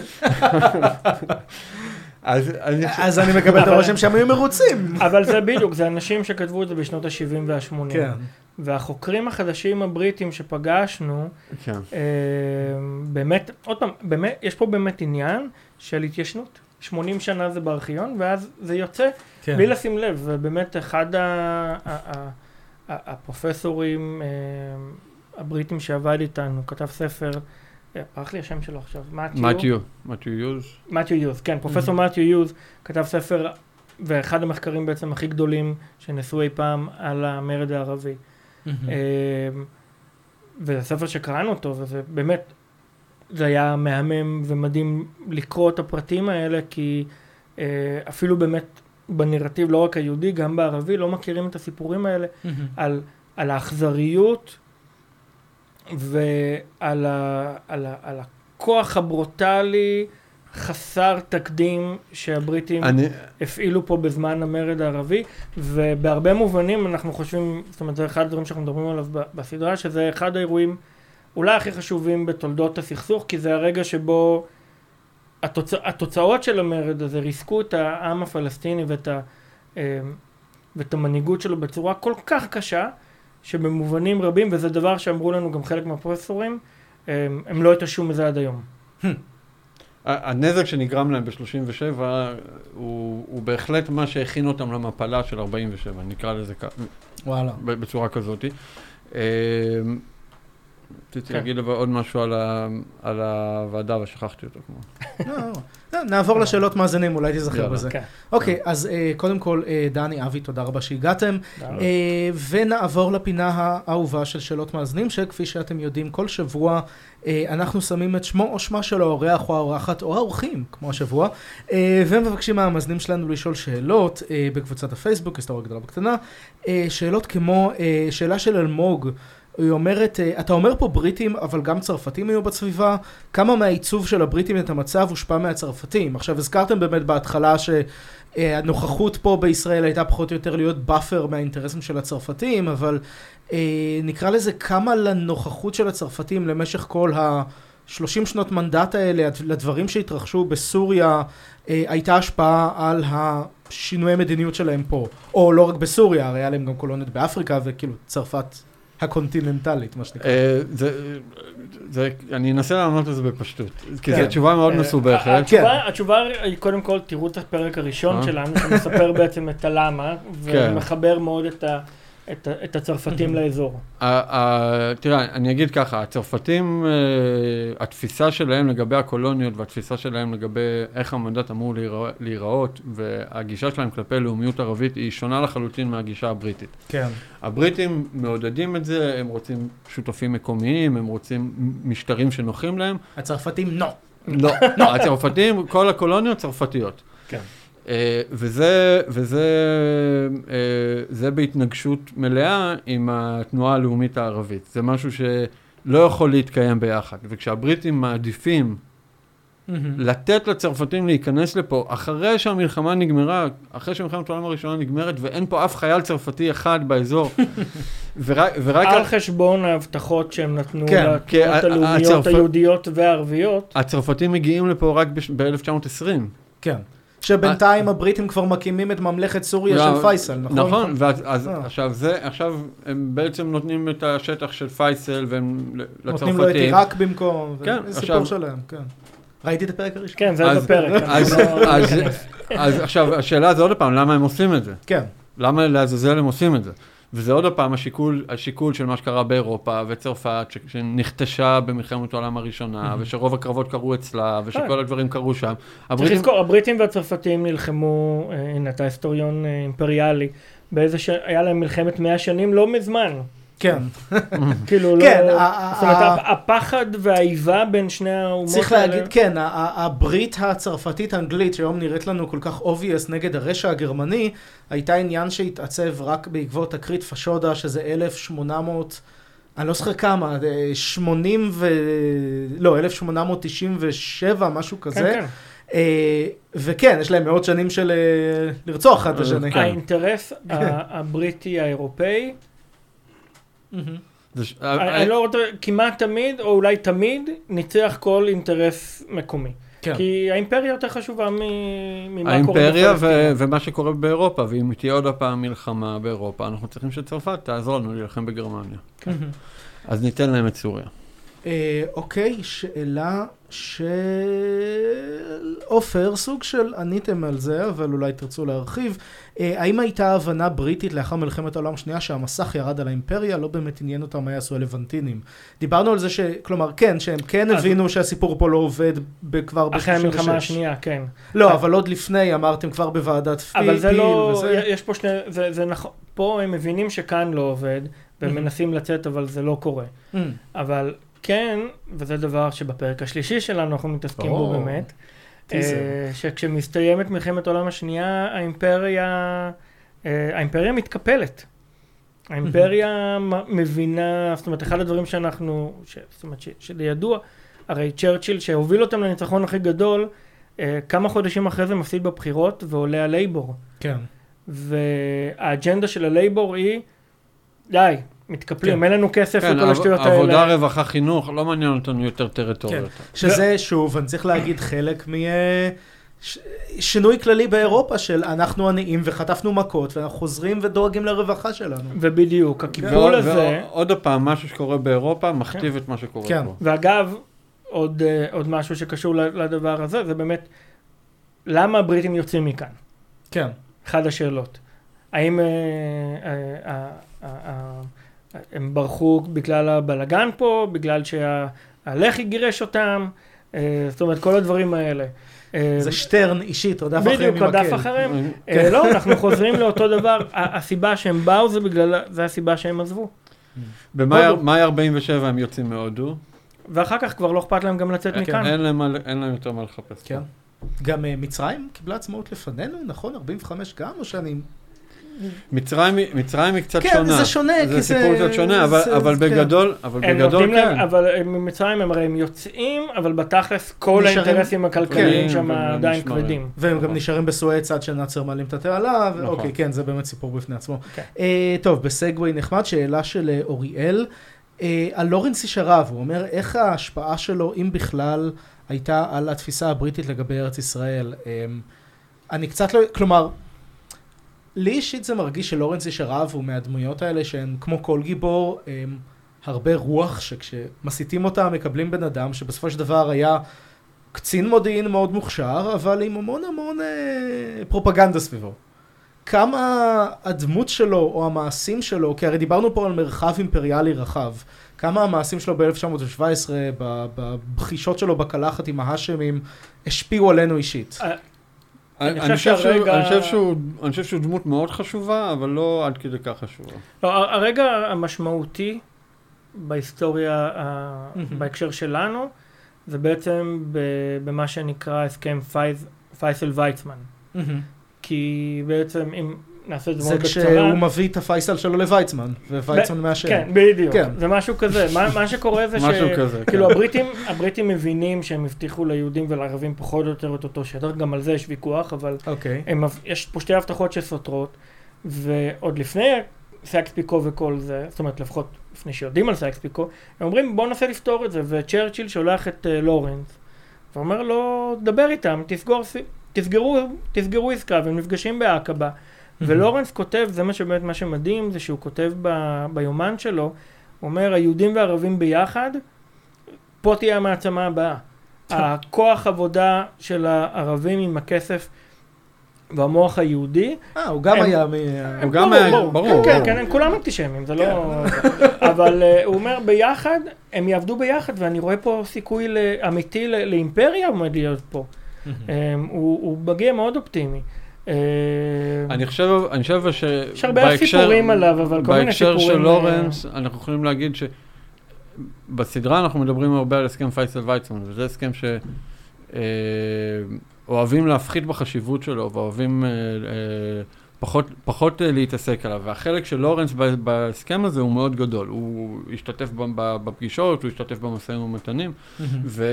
אז אני, אז אני מקבל את הרושם שהם היו מרוצים. אבל זה בדיוק, זה אנשים שכתבו את זה בשנות ה-שבעים וה-שמונים. כן. והחוקרים החדשים הבריטים שפגשנו, כן. אה, באמת, עוד פעם, באמת, יש פה באמת עניין של התיישנות. שמונים שנה זה בארכיון, ואז זה יוצא כן. בלי לשים לב. ובאמת, אחד ה- ה- ה- ה- הפרופסורים אה, הבריטים שעבד איתנו, כתב ספר, פרח לי השם שלו עכשיו, מתיו. מתיו, מתיו יוז. מתיו יוז, כן, פרופסור מתיו יוז כתב ספר, ואחד המחקרים בעצם הכי גדולים שנעשו אי פעם על המרד הערבי. וזה ספר שקראנו אותו, וזה באמת, זה היה מהמם ומדהים לקרוא את הפרטים האלה, כי אפילו באמת בנרטיב, לא רק היהודי, גם בערבי, לא מכירים את הסיפורים האלה, על, על האכזריות, ועל ה, על ה, על הכוח הברוטלי חסר תקדים שהבריטים אני... הפעילו פה בזמן המרד הערבי, ובהרבה מובנים אנחנו חושבים, זאת אומרת זה אחד הדברים שאנחנו מדברים עליו בסדרה, שזה אחד האירועים אולי הכי חשובים בתולדות הסכסוך, כי זה הרגע שבו התוצ... התוצאות של המרד הזה ריסקו את העם הפלסטיני ואת, ה... ואת המנהיגות שלו בצורה כל כך קשה, שבמובנים רבים, וזה דבר שאמרו לנו גם חלק מהפרופסורים, הם, הם לא התעשו מזה עד היום. הנזק שנגרם להם ב-שלושים ושבע, הוא, הוא בהחלט מה שהכין אותם למפלה של ארבעים ושבע, נקרא לזה וואלה. בצורה כזאת. רציתי להגיד עוד משהו על הוועדה ושכחתי אותו כמו. נעבור לשאלות מאזינים, אולי תזכר בזה. אוקיי, אז קודם כל, דני, אבי, תודה רבה שהגעתם. ונעבור לפינה האהובה של שאלות מאזינים, שכפי שאתם יודעים, כל שבוע אנחנו שמים את שמו או שמה של האורח או האורחת או האורחים, כמו השבוע, ומבקשים מהמאזינים שלנו לשאול שאלות בקבוצת הפייסבוק, היסטוריה גדולה בקטנה, שאלות כמו שאלה של אלמוג, היא אומרת, אתה אומר פה בריטים, אבל גם צרפתים היו בסביבה, כמה מהעיצוב של הבריטים את המצב הושפע מהצרפתים? עכשיו, הזכרתם באמת בהתחלה שהנוכחות פה בישראל הייתה פחות או יותר להיות באפר מהאינטרסים של הצרפתים, אבל נקרא לזה כמה לנוכחות של הצרפתים למשך כל ה-שלושים שנות מנדט האלה, לדברים שהתרחשו בסוריה, הייתה השפעה על השינוי מדיניות שלהם פה, או לא רק בסוריה, הרי היה להם גם קולוניות באפריקה, וכאילו צרפת הקונטיננטלית, מה שנקרא. אני אנסה לענות על זה בפשטות, כי זו תשובה מאוד מסובכת. התשובה היא קודם כל, תראו את הפרק הראשון שלנו, שמספר בעצם את הלמה, ומחבר מאוד את ה... את, את הצרפתים לאזור. תראה, אני אגיד ככה, הצרפתים, התפיסה שלהם לגבי הקולוניות והתפיסה שלהם לגבי איך המנדט אמור להיראות, והגישה שלהם כלפי לאומיות ערבית היא שונה לחלוטין מהגישה הבריטית. כן. הבריטים מעודדים את זה, הם רוצים שותפים מקומיים, הם רוצים משטרים שנוחים להם. הצרפתים, לא. לא, לא, הצרפתים, כל הקולוניות צרפתיות. כן. וזה, וזה, זה בהתנגשות מלאה עם התנועה הלאומית הערבית. זה משהו שלא יכול להתקיים ביחד. וכשהבריטים מעדיפים לתת לצרפתים להיכנס לפה, אחרי שהמלחמה נגמרה, אחרי שמלחמת העולם הראשונה נגמרת, ואין פה אף חייל צרפתי אחד באזור. ורק על חשבון ההבטחות שהם נתנו לתנועות הלאומיות היהודיות והערביות. הצרפתים מגיעים לפה רק ב-אלף תשע מאות עשרים. כן. שבינתיים הבריטים כבר מקימים את ממלכת סוריה של פייסל, נכון? נכון, ועכשיו זה, עכשיו הם בעצם נותנים את השטח של פייסל והם לצרפתים. נותנים לו את עיראק במקום, זה סיפור שלהם, כן. ראיתי את הפרק הראשון. כן, זה בפרק. אז עכשיו, השאלה זה עוד פעם, למה הם עושים את זה? כן. למה לעזאזל הם עושים את זה? וזה עוד פעם השיקול, השיקול של מה שקרה באירופה וצרפת, שנכתשה במלחמת העולם הראשונה, ושרוב הקרבות קרו אצלה, ושכל הדברים קרו שם. צריך לזכור, הבריטים והצרפתים נלחמו, הנה, אתה היסטוריון אימפריאלי, באיזה ש... היה להם מלחמת מאה שנים לא מזמן. כן. כאילו לא... זאת אומרת, הפחד והאיבה בין שני האומות האלה... צריך להגיד, כן, הברית הצרפתית-אנגלית, שהיום נראית לנו כל כך obvious נגד הרשע הגרמני, הייתה עניין שהתעצב רק בעקבות תקרית פשודה, שזה אלף שמונה מאות, אני לא זוכר כמה, שמונים ו... לא, אלף שמונה מאות תשעים ושבע, משהו כזה. כן, כן. וכן, יש להם מאות שנים של לרצוח אחד את השני. האינטרס הבריטי האירופאי, אני לא רוצה, כמעט תמיד, או אולי תמיד, ניצח כל אינטרס מקומי. כי האימפריה יותר חשובה ממה קורה בפלסטין. האימפריה ומה שקורה באירופה, ואם תהיה עוד הפעם מלחמה באירופה, אנחנו צריכים שצרפת תעזור לנו להילחם בגרמניה. אז ניתן להם את סוריה. אוקיי, שאלה של אופר, סוג של עניתם על זה, אבל אולי תרצו להרחיב. האם הייתה הבנה בריטית לאחר מלחמת העולם השנייה שהמסך ירד על האימפריה? לא באמת עניין אותם מה יעשו הלבנטינים. דיברנו על זה ש... כלומר, כן, שהם כן הבינו שהסיפור פה לא עובד כבר ב-שלושים ושש. אחרי המלחמה השנייה, כן. לא, אבל עוד לפני אמרתם כבר בוועדת פיל. אבל זה לא... יש פה שני... זה נכון. פה הם מבינים שכאן לא עובד, והם מנסים לצאת, אבל זה לא קורה. אבל... כן, וזה דבר שבפרק השלישי שלנו אנחנו מתעסקים בו באמת, שכשמסתיימת מלחמת העולם השנייה, האימפריה, האימפריה מתקפלת. האימפריה מבינה, זאת אומרת, אחד הדברים שאנחנו, זאת אומרת, שזה ידוע, הרי צ'רצ'יל שהוביל אותם לניצחון הכי גדול, כמה חודשים אחרי זה מפסיד בבחירות ועולה הלייבור. כן. והאג'נדה של הלייבור היא, די, מתקפלים, אין לנו כסף לכל השטויות האלה. עבודה, רווחה, חינוך, לא מעניין אותנו יותר טריטוריות. שזה שוב, אני צריך להגיד חלק משינוי כללי באירופה של אנחנו עניים וחטפנו מכות, ואנחנו חוזרים ודואגים לרווחה שלנו. ובדיוק, הקיפול הזה... ועוד הפעם, משהו שקורה באירופה מכתיב את מה שקורה פה. ואגב, עוד משהו שקשור לדבר הזה, זה באמת, למה הבריטים יוצאים מכאן? כן. אחד השאלות. האם... הם ברחו בגלל הבלגן פה, בגלל שהלח"י גירש אותם, זאת אומרת, כל הדברים האלה. זה שטרן אישית, רדף אחריהם ממקל. בדיוק, רדף אחריהם. לא, אנחנו חוזרים לאותו דבר. הסיבה שהם באו זה בגלל, זה הסיבה שהם עזבו. במאי ארבעים ושבע הם יוצאים מהודו. ואחר כך כבר לא אכפת להם גם לצאת מכאן. אין להם יותר מה לחפש. גם מצרים קיבלה עצמאות לפנינו, נכון? ארבעים וחמש גם, או שאני... מצרים היא קצת כן, שונה. כן, זה שונה, זה סיפור קצת שונה, אבל בגדול, אבל בגדול כן. אבל ממצרים הם הרי הם יוצאים, אבל בתכלס כל האינטרסים הכלכליים שם עדיין כבדים. והם גם נשארים בסואץ עד שנאצר מעלים את התעלה, ואוקיי, כן, זה באמת סיפור בפני עצמו. טוב, בסגווי נחמד, שאלה של אוריאל, על לורנס איש ערב, הוא אומר, איך ההשפעה שלו, אם בכלל, הייתה על התפיסה הבריטית לגבי ארץ ישראל? אני קצת לא, כלומר, לי אישית זה מרגיש שלורנס איש ערב הוא מהדמויות האלה שהן כמו כל גיבור, הם הרבה רוח שכשמסיתים אותם מקבלים בן אדם שבסופו של דבר היה קצין מודיעין מאוד מוכשר, אבל עם המון המון אה, פרופגנדה סביבו. כמה הדמות שלו או המעשים שלו, כי הרי דיברנו פה על מרחב אימפריאלי רחב, כמה המעשים שלו ב-אלף תשע מאות שבע עשרה, בבחישות שלו בקלחת עם ההשמים, השפיעו עלינו אישית. אני חושב שהוא דמות מאוד חשובה, אבל לא עד כדי כך חשובה. הרגע המשמעותי בהיסטוריה, בהקשר שלנו, זה בעצם במה שנקרא הסכם פייסל ויצמן. כי בעצם אם נעשה את זה מאוד בקצרה... זה כשהוא מביא את הפייסל שלו לויצמן, וויצמן מאשר. כן, בדיוק. זה משהו כזה. מה שקורה זה ש... משהו כזה, כן. כאילו הבריטים מבינים שהם הבטיחו ליהודים ולערבים פחות או יותר את אותו שטח, גם על זה יש ויכוח, אבל יש פה שתי הבטחות שסותרות, ועוד לפני סייקס פיקו וכל זה, זאת אומרת לפחות לפני שיודעים על סייקס פיקו, הם אומרים בוא ננסה לפתור את זה, וצ'רצ'יל שולח את לורנס, ואומר לו דבר איתם, תסגור... תסגרו, תסגרו עסקה, והם נפגשים בעקבה. ולורנס כותב, זה מה שבאמת מה שמדהים, זה שהוא כותב ב, ביומן שלו, הוא אומר, היהודים והערבים ביחד, פה תהיה המעצמה הבאה. הכוח עבודה של הערבים עם הכסף והמוח היהודי. אה, הוא גם היה... הוא גם היה, ברור. כן, כן, הם כולם אנטישמים, זה לא... אבל הוא אומר, ביחד, הם יעבדו ביחד, ואני רואה פה סיכוי אמיתי לאימפריה עומד להיות פה. הוא מגיע מאוד אופטימי. אני חושב, אני חושב ש... יש הרבה סיפורים עליו, אבל כל מיני סיפורים... בהקשר של לורנס, אנחנו יכולים להגיד שבסדרה אנחנו מדברים הרבה על הסכם פייסל ויצמן, וזה הסכם שאוהבים להפחית בחשיבות שלו, ואוהבים פחות להתעסק עליו. והחלק של לורנס בהסכם הזה הוא מאוד גדול. הוא השתתף בפגישות, הוא השתתף במשאים ומתנים, ו...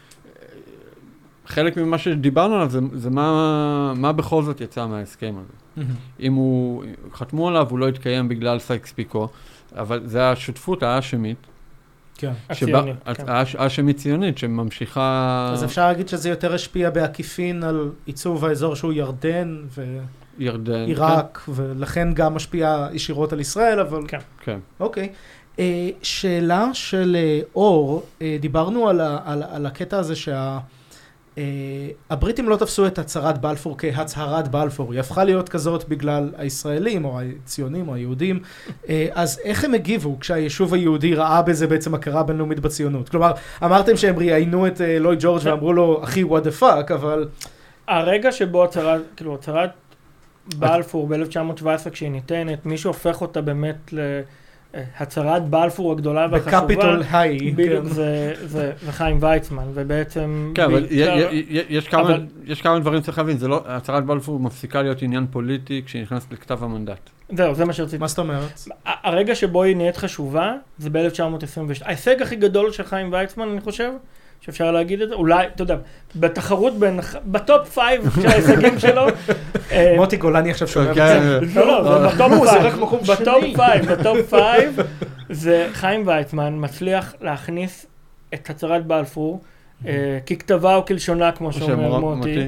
חלק ממה שדיברנו עליו זה, זה מה, מה בכל זאת יצא מההסכם הזה. אם הוא, חתמו עליו, הוא לא התקיים בגלל סייקס פיקו, אבל זה השותפות האשמית. כן. הציונית. האשמית ציונית שממשיכה... אז אפשר להגיד שזה יותר השפיע בעקיפין על עיצוב האזור שהוא ירדן ו... ירדן. עיראק, כן. ולכן גם משפיע ישירות על ישראל, אבל... כן. כן. אוקיי. שאלה של אור, דיברנו על, ה, על, על הקטע הזה שה... Uh, הבריטים לא תפסו את הצהרת בלפור כהצהרת בלפור, היא הפכה להיות כזאת בגלל הישראלים או הציונים או היהודים, uh, אז איך הם הגיבו כשהיישוב היהודי ראה בזה בעצם הכרה בינלאומית בציונות? כלומר, אמרתם שהם ראיינו את uh, לויד ג'ורג' ואמרו לו, אחי, what the fuck, אבל... הרגע שבו הצהרת, כאילו, הצהרת בלפור ב-אלף תשע מאות שבע עשרה כשהיא ניתנת, מישהו הופך אותה באמת ל... הצהרת בלפור הגדולה והחשובה, בקפיטול היי, בדיוק זה חיים ויצמן, ובעצם... כן, אבל יש כמה דברים צריך להבין, הצהרת בלפור מפסיקה להיות עניין פוליטי כשהיא נכנסת לכתב המנדט. זהו, זה מה שרציתי. מה זאת אומרת? הרגע שבו היא נהיית חשובה, זה ב-אלף תשע מאות עשרים ושתיים. ההישג הכי גדול של חיים ויצמן, אני חושב, שאפשר להגיד את זה, אולי, אתה יודע, בתחרות בין, בטופ פייב של ההישגים שלו. מוטי גולני עכשיו שומע את זה. לא, לא, בטופ פייב, בטופ פייב, זה חיים ויצמן מצליח להכניס את הצהרת בלפור, ככתבה או כלשונה, כמו שאומר מוטי,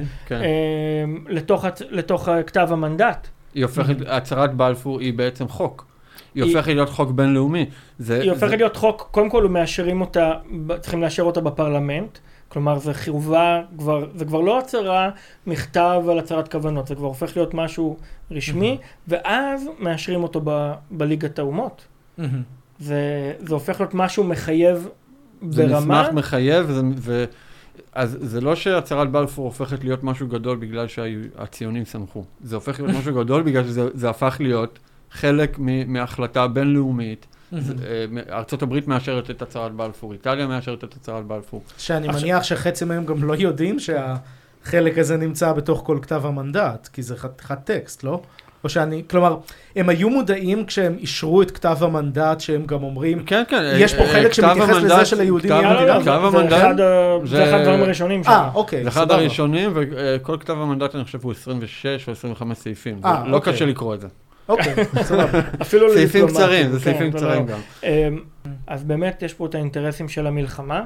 לתוך כתב המנדט. היא הופכת, הצהרת בלפור היא בעצם חוק. היא הופכת להיות חוק בינלאומי. היא הופכת להיות חוק, קודם כל מאשרים אותה, צריכים לאשר אותה בפרלמנט, כלומר זה חיובה, זה כבר לא הצהרה מכתב על הצהרת כוונות, זה כבר הופך להיות משהו רשמי, ואז מאשרים אותו בליגת האומות. זה הופך להיות משהו מחייב ברמה. זה מסמך מחייב, אז זה לא שהצהרת בלפור הופכת להיות משהו גדול בגלל שהציונים שמחו. זה הופך להיות משהו גדול בגלל שזה הפך להיות חלק מההחלטה בינלאומית. ארצות הברית מאשרת את הצהרת בלפור, איטליה מאשרת את הצהרת בלפור. שאני מניח שחצי מהם גם לא יודעים שהחלק הזה נמצא בתוך כל כתב המנדט, כי זה חתיכת טקסט, לא? או שאני, כלומר, הם היו מודעים כשהם אישרו את כתב המנדט, שהם גם אומרים, כן, כן, יש פה חלק שמתייחס לזה של היהודים. כתב המנדט, זה אחד הדברים הראשונים שלנו. אה, אוקיי, זה אחד הראשונים, וכל כתב המנדט אני חושב הוא עשרים ושש או עשרים וחמש סעיפים. לא קשה לקרוא את זה. אוקיי, סבבה. אפילו סעיפים קצרים, זה סעיפים קצרים גם. אז באמת יש פה את האינטרסים של המלחמה,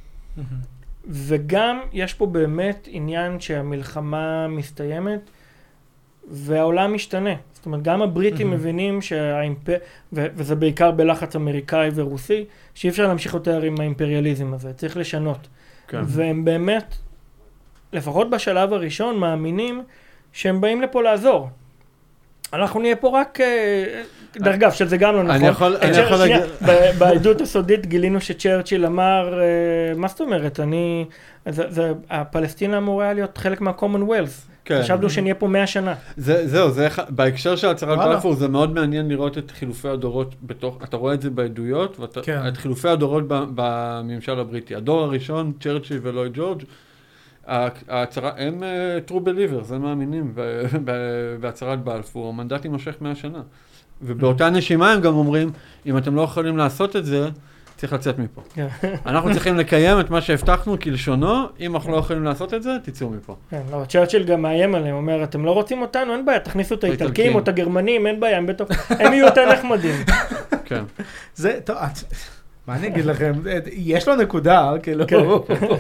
וגם יש פה באמת עניין שהמלחמה מסתיימת, והעולם משתנה. זאת אומרת, גם הבריטים מבינים שהאימפר... וזה בעיקר בלחץ אמריקאי ורוסי, שאי אפשר להמשיך יותר עם האימפריאליזם הזה, צריך לשנות. והם באמת, לפחות בשלב הראשון, מאמינים שהם באים לפה לעזור. אנחנו נהיה פה רק, דרך אגב, שזה גם לא נכון. אני יכול, אני יכול להגיד... בעדות הסודית גילינו שצ'רצ'יל אמר, מה זאת אומרת, אני, הפלסטינה אמורה להיות חלק מה-Commonwealth. חשבנו שנהיה פה מאה שנה. זהו, בהקשר של הצהרת בלפור, זה מאוד מעניין לראות את חילופי הדורות בתוך, אתה רואה את זה בעדויות, את חילופי הדורות בממשל הבריטי. הדור הראשון, צ'רצ'יל ולויד ג'ורג', ההצהרה, הם true believers, הם מאמינים בהצהרת בלפור, המנדט יימשך מאה שנה. ובאותה נשימה הם גם אומרים, אם אתם לא יכולים לעשות את זה, צריך לצאת מפה. אנחנו צריכים לקיים את מה שהבטחנו כלשונו, אם אנחנו לא יכולים לעשות את זה, תצאו מפה. כן, לא, צ'רצ'יל גם מאיים עליהם, אומר, אתם לא רוצים אותנו, אין בעיה, תכניסו את האיטלקים או את הגרמנים, אין בעיה, הם יהיו יותר נחמדים. כן. זה, טוב, מה אני אגיד לכם? יש לו נקודה, כאילו.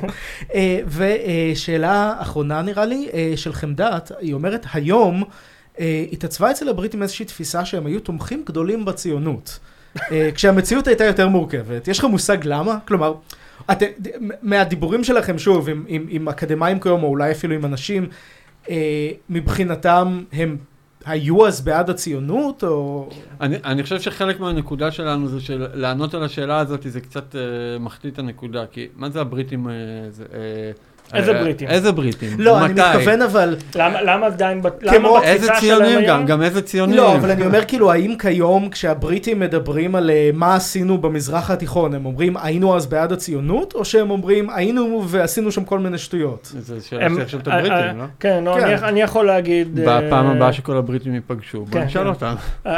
ושאלה אחרונה נראה לי, של חמדת, היא אומרת, היום התעצבה אצל הבריטים איזושהי תפיסה שהם היו תומכים גדולים בציונות. כשהמציאות הייתה יותר מורכבת. יש לך מושג למה? כלומר, מהדיבורים שלכם, שוב, עם אקדמיים כיום, או אולי אפילו עם אנשים, מבחינתם הם היו אז בעד הציונות, או... אני, אני חושב שחלק מהנקודה שלנו זה של לענות על השאלה הזאת, זה קצת uh, מחטיא את הנקודה, כי מה זה הבריטים? Uh, זה, uh, איזה בריטים? איזה בריטים? לא, אני מתכוון אבל... למה עדיין... איזה ציונים גם? גם איזה ציונים? לא, אבל אני אומר כאילו, האם כיום כשהבריטים מדברים על מה עשינו במזרח התיכון, הם אומרים היינו אז בעד הציונות, או שהם אומרים היינו ועשינו שם כל מיני שטויות? זה שאלה של הבריטים, לא? כן, אני יכול להגיד... בפעם הבאה שכל הבריטים ייפגשו, בוא נשאל אותם.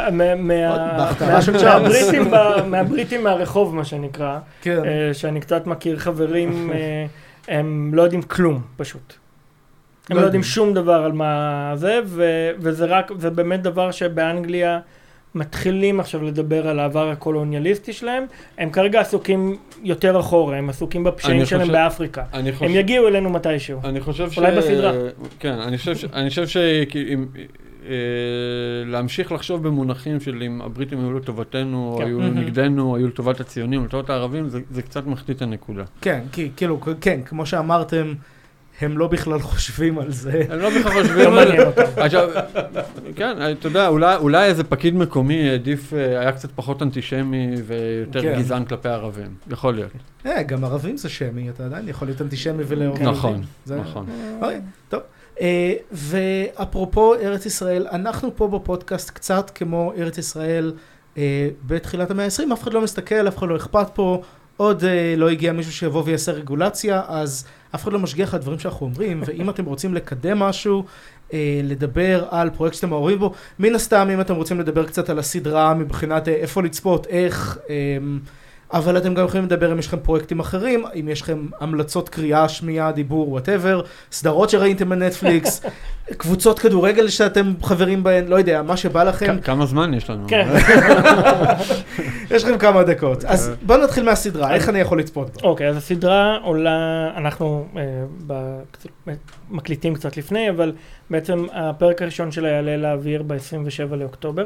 מהבריטים מהרחוב, מה שנקרא, שאני קצת מכיר חברים... הם לא יודעים כלום, פשוט. הם לא יודעים שום דבר על מה זה, וזה רק, זה באמת דבר שבאנגליה מתחילים עכשיו לדבר על העבר הקולוניאליסטי שלהם. הם כרגע עסוקים יותר אחורה, הם עסוקים בפשעים שלהם באפריקה. הם יגיעו אלינו מתישהו. אני חושב ש... אולי בסדרה. כן, אני חושב ש... להמשיך לחשוב במונחים של אם הבריטים היו לטובתנו, היו נגדנו, היו לטובת הציונים, לטובת הערבים, זה קצת מחטיא את הנקודה. כן, כאילו, כן, כמו שאמרתם, הם לא בכלל חושבים על זה. הם לא בכלל חושבים על זה. כן, אתה יודע, אולי איזה פקיד מקומי עדיף, היה קצת פחות אנטישמי ויותר גזען כלפי ערבים. יכול להיות. גם ערבים זה שמי, אתה עדיין יכול להיות אנטישמי ולאור. נכון, נכון. טוב. ואפרופו ארץ ישראל, אנחנו פה בפודקאסט קצת כמו ארץ ישראל בתחילת המאה ה-עשרים, אף אחד לא מסתכל, אף אחד לא אכפת פה, עוד לא הגיע מישהו שיבוא ויעשה רגולציה, אז אף אחד לא משגיח על דברים שאנחנו אומרים, ואם אתם רוצים לקדם משהו, לדבר על פרויקט שאתם מעורבים בו, מן הסתם אם אתם רוצים לדבר קצת על הסדרה מבחינת איפה לצפות, איך... אבל אתם גם יכולים לדבר אם יש לכם פרויקטים אחרים, אם יש לכם המלצות קריאה, שמיעה, דיבור, whatever, סדרות שראיתם בנטפליקס, קבוצות כדורגל שאתם חברים בהן, לא יודע, מה שבא לכם. כמה זמן יש לנו? כן. יש לכם כמה דקות. אז בואו נתחיל מהסדרה, איך אני יכול לצפות בה? אוקיי, אז הסדרה עולה, אנחנו מקליטים קצת לפני, אבל בעצם הפרק הראשון שלה יעלה לאוויר ב-עשרים ושבעה לאוקטובר.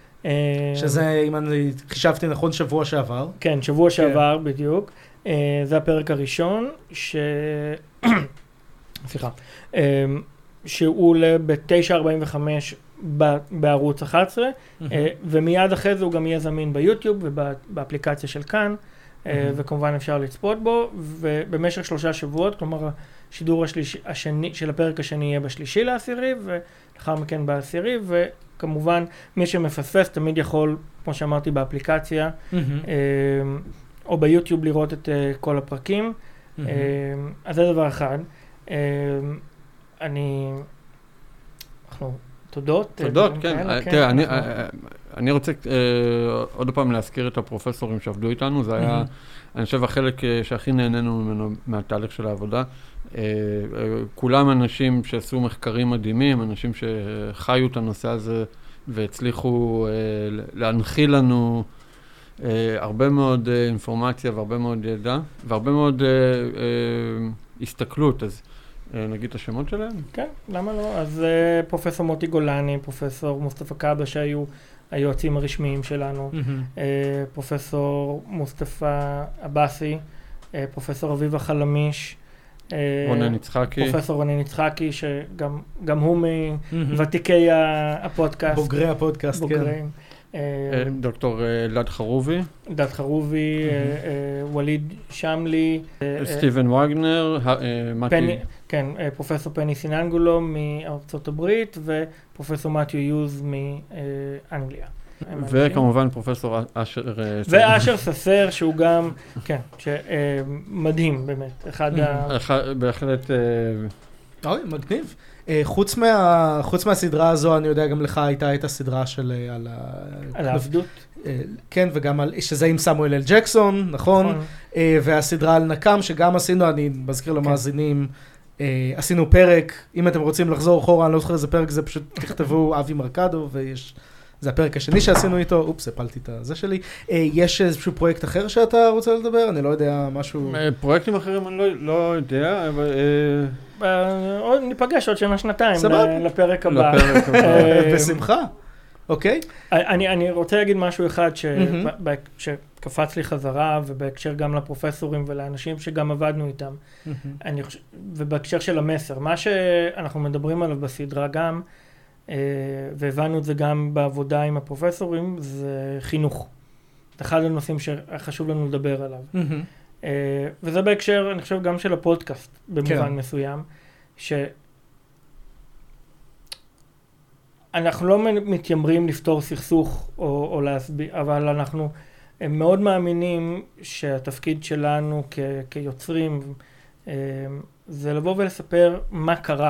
שזה, אם אני חישבתי נכון, שבוע שעבר. כן, שבוע שעבר, בדיוק. זה הפרק הראשון, ש... סליחה. שהוא עולה ב-תשע ארבעים וחמש בערוץ אחת עשרה, ומיד אחרי זה הוא גם יהיה זמין ביוטיוב ובאפליקציה של כאן, וכמובן אפשר לצפות בו, ובמשך שלושה שבועות, כלומר, השידור השני של הפרק השני יהיה בשלישי לעשירי, ולאחר מכן בעשירי, ו... כמובן, מי שמפספס תמיד יכול, כמו שאמרתי, באפליקציה, או ביוטיוב לראות את כל הפרקים. אז זה דבר אחד. אני, אנחנו תודות. תודות, כן. תראה, אני רוצה עוד פעם להזכיר את הפרופסורים שעבדו איתנו, זה היה, אני חושב, החלק שהכי נהנינו ממנו מהתהליך של העבודה. כולם אנשים שעשו מחקרים מדהימים, אנשים שחיו את הנושא הזה והצליחו להנחיל לנו הרבה מאוד אינפורמציה והרבה מאוד ידע, והרבה מאוד הסתכלות. אז נגיד את השמות שלהם? כן, למה לא? אז פרופסור מוטי גולני, פרופסור מוסטפא קאבה שהיו היועצים הרשמיים שלנו, פרופסור מוסטפא אבאסי, פרופסור אביבה חלמיש, רונן יצחקי. פרופסור רונן יצחקי, שגם הוא מוותיקי הפודקאסט. בוגרי הפודקאסט, כן. דוקטור אלדד חרובי. אלדד חרובי, וליד שמלי. סטיבן וגנר, מתי... כן, פרופסור פני סיננגולו מארצות הברית, ופרופסור מתיו יוז מאנגליה. וכמובן פרופסור אשר... ואשר ססר, שהוא גם, כן, מדהים באמת. אחד ה... בהחלט... אוי, מגניב. חוץ מה, חוץ מהסדרה הזו, אני יודע, גם לך הייתה את הסדרה של... על ה... על העבדות. כן, וגם על... שזה עם סמואל אל ג'קסון, נכון? והסדרה על נקם, שגם עשינו, אני מזכיר למאזינים, עשינו פרק, אם אתם רוצים לחזור אחורה, אני לא זוכר איזה פרק, זה פשוט תכתבו אבי מרקדו, ויש... זה הפרק השני שעשינו איתו, אופס, הפלתי את זה שלי. יש איזשהו פרויקט אחר שאתה רוצה לדבר? אני לא יודע, משהו... פרויקטים אחרים אני לא יודע, אבל... ניפגש עוד שנה, שנתיים לפרק הבא. בשמחה, אוקיי. אני רוצה להגיד משהו אחד שקפץ לי חזרה, ובהקשר גם לפרופסורים ולאנשים שגם עבדנו איתם, ובהקשר של המסר. מה שאנחנו מדברים עליו בסדרה גם, והבנו את זה גם בעבודה עם הפרופסורים, זה חינוך. זה אחד הנושאים שחשוב לנו לדבר עליו. וזה בהקשר, אני חושב, גם של הפודקאסט, במובן מסוים, שאנחנו לא מתיימרים לפתור סכסוך או להסביר, אבל אנחנו מאוד מאמינים שהתפקיד שלנו כיוצרים, זה לבוא ולספר מה קרה.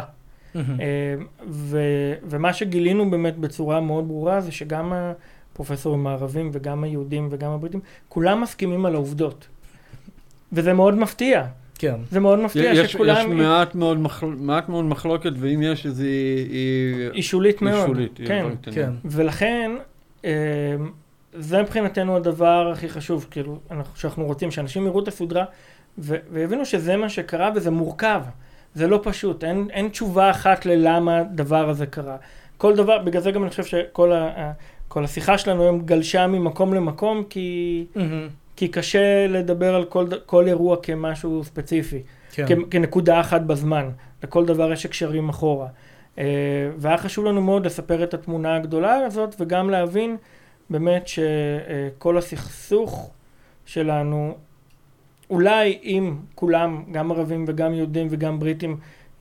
ומה שגילינו באמת בצורה מאוד ברורה זה שגם הפרופסורים הערבים וגם היהודים וגם הבריטים כולם מסכימים על העובדות, וזה מאוד מפתיע. כן. זה מאוד מפתיע שכולם... יש מעט מאוד, מחל... מעט מאוד מחלוקת, ואם יש איזה... היא שולית מאוד. שולית, כן, כן. ולכן זה מבחינתנו הדבר הכי חשוב, כאילו, שאנחנו רוצים שאנשים יראו את הסדרה ו... ויבינו שזה מה שקרה וזה מורכב. זה לא פשוט, אין, אין תשובה אחת ללמה הדבר הזה קרה. כל דבר, בגלל זה גם אני חושב שכל ה, כל השיחה שלנו היום גלשה ממקום למקום, כי, mm-hmm. כי קשה לדבר על כל, כל אירוע כמשהו ספציפי, כן. כ, כנקודה אחת בזמן. לכל דבר יש הקשרים אחורה. והיה חשוב לנו מאוד לספר את התמונה הגדולה הזאת, וגם להבין באמת שכל הסכסוך שלנו, אולי אם כולם, גם ערבים וגם יהודים וגם בריטים,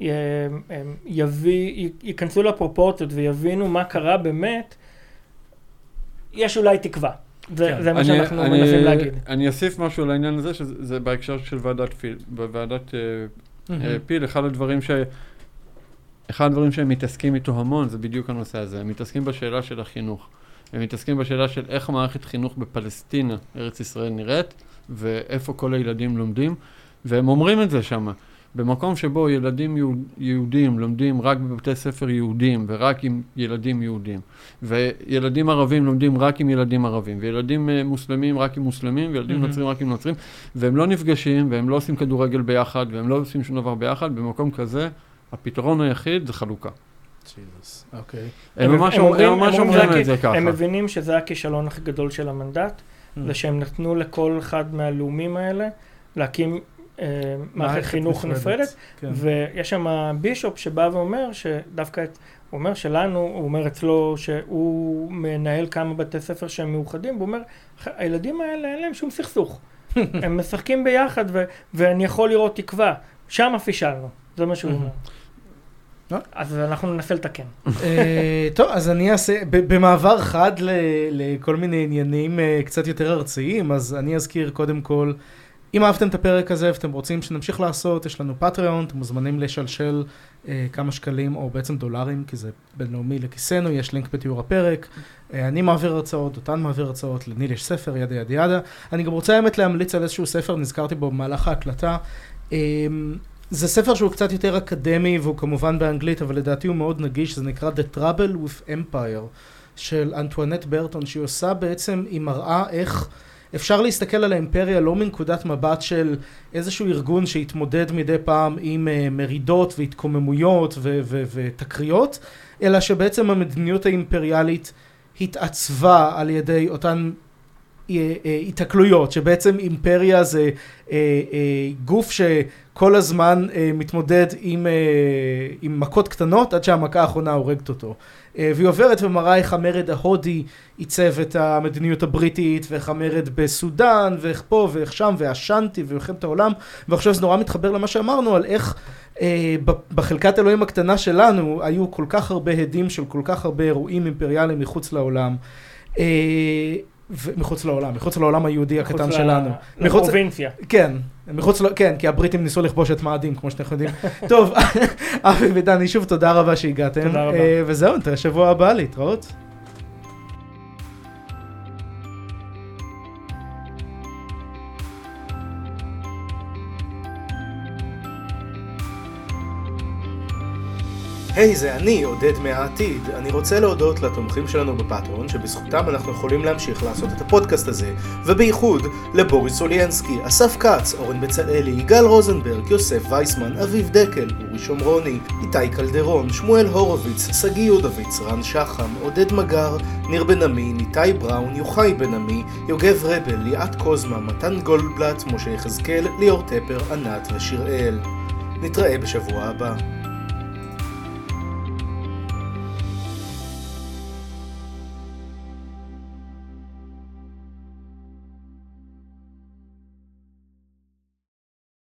יביא, ייכנסו לפרופורציות ויבינו מה קרה באמת, יש אולי תקווה. זה, כן. זה מה שאנחנו אני, מנסים להגיד. אני אוסיף משהו לעניין הזה, שזה בהקשר של ועדת פיל. בוועדת mm-hmm. פיל, אחד הדברים ש... אחד הדברים שהם מתעסקים איתו המון, זה בדיוק הנושא הזה. הם מתעסקים בשאלה של החינוך. הם מתעסקים בשאלה של איך מערכת חינוך בפלסטינה, ארץ ישראל נראית, ואיפה כל הילדים לומדים, והם אומרים את זה שם. במקום שבו ילדים יהודים לומדים רק בבתי ספר יהודים, ורק עם ילדים יהודים, וילדים ערבים לומדים רק עם ילדים ערבים, וילדים מוסלמים רק עם מוסלמים, וילדים mm-hmm. נוצרים רק עם נוצרים, והם לא נפגשים, והם לא עושים כדורגל ביחד, והם לא עושים שום דבר ביחד. במקום כזה, הפתרון היחיד זה חלוקה. ג'יזוס, אוקיי. הם ממש אומרים את זה ככה. הם מבינים שזה הכישלון הכי גדול של המנדט, זה שהם נתנו לכל אחד מהלאומים האלה להקים מערכת חינוך נפרדת, ויש שם בישופ שבא ואומר שדווקא, הוא אומר שלנו, הוא אומר אצלו שהוא מנהל כמה בתי ספר שהם מאוחדים, הוא אומר, הילדים האלה אין להם שום סכסוך. הם משחקים ביחד ואני יכול לראות תקווה. שם פישלנו, זה מה שהוא אומר. אז אנחנו ננסה לתקן. טוב, אז אני אעשה, במעבר חד לכל מיני עניינים קצת יותר ארציים, אז אני אזכיר קודם כל אם אהבתם את הפרק הזה ואתם רוצים שנמשיך לעשות, יש לנו פטריון, אתם מוזמנים לשלשל אה, כמה שקלים או בעצם דולרים, כי זה בינלאומי לכיסנו, יש לינק בתיאור הפרק. אה, אני מעביר הרצאות, דותן מעביר הרצאות, לניל יש ספר, ידה ידה ידה. אני גם רוצה האמת להמליץ על איזשהו ספר, נזכרתי בו במהלך ההקלטה. אה, זה ספר שהוא קצת יותר אקדמי, והוא כמובן באנגלית, אבל לדעתי הוא מאוד נגיש, זה נקרא The Trouble with Empire, של אנטואנט ברטון, שהיא עושה בעצם, היא מראה איך אפשר להסתכל על האימפריה לא מנקודת מבט של איזשהו ארגון שהתמודד מדי פעם עם מרידות והתקוממויות ותקריות, אלא שבעצם המדיניות האימפריאלית התעצבה על ידי אותן התקלויות, שבעצם אימפריה זה גוף שכל הזמן מתמודד עם, עם מכות קטנות עד שהמכה האחרונה הורגת אותו. והיא עוברת ומראה איך המרד ההודי עיצב את המדיניות הבריטית, ואיך המרד בסודן, ואיך פה ואיך שם, והשנטי ומלחמת העולם, ועכשיו זה נורא מתחבר למה שאמרנו על איך אה, בחלקת אלוהים הקטנה שלנו היו כל כך הרבה הדים של כל כך הרבה אירועים אימפריאליים מחוץ לעולם. אה, מחוץ לעולם, מחוץ לעולם היהודי הקטן שלנו. לפרובינציה. כן, מחוץ, כן, כי הבריטים ניסו לכבוש את מאדים, כמו שאתם יודעים. טוב, אבי ודני, שוב תודה רבה שהגעתם. תודה רבה. וזהו, נתראה שבוע הבא, להתראות. היי, hey, זה אני, עודד מהעתיד. אני רוצה להודות לתומכים שלנו בפטרון, שבזכותם אנחנו יכולים להמשיך לעשות את הפודקאסט הזה, ובייחוד לבוריס סוליינסקי, אסף קץ, אורן בצלאלי, יגאל רוזנברג, יוסף וייסמן, אביב דקל, אורי שומרוני, איתי קלדרון, שמואל הורוביץ, סגי יודוביץ, רן שחם, עודד מגר, ניר בן עמי, ניתי בראון, יוחאי בן עמי, יוגב רבל, ליאת קוזמה, מתן גולדבלט, משה יחזקאל, ליאור טפר, ענת ושיראל. נתראה בשבוע הבא.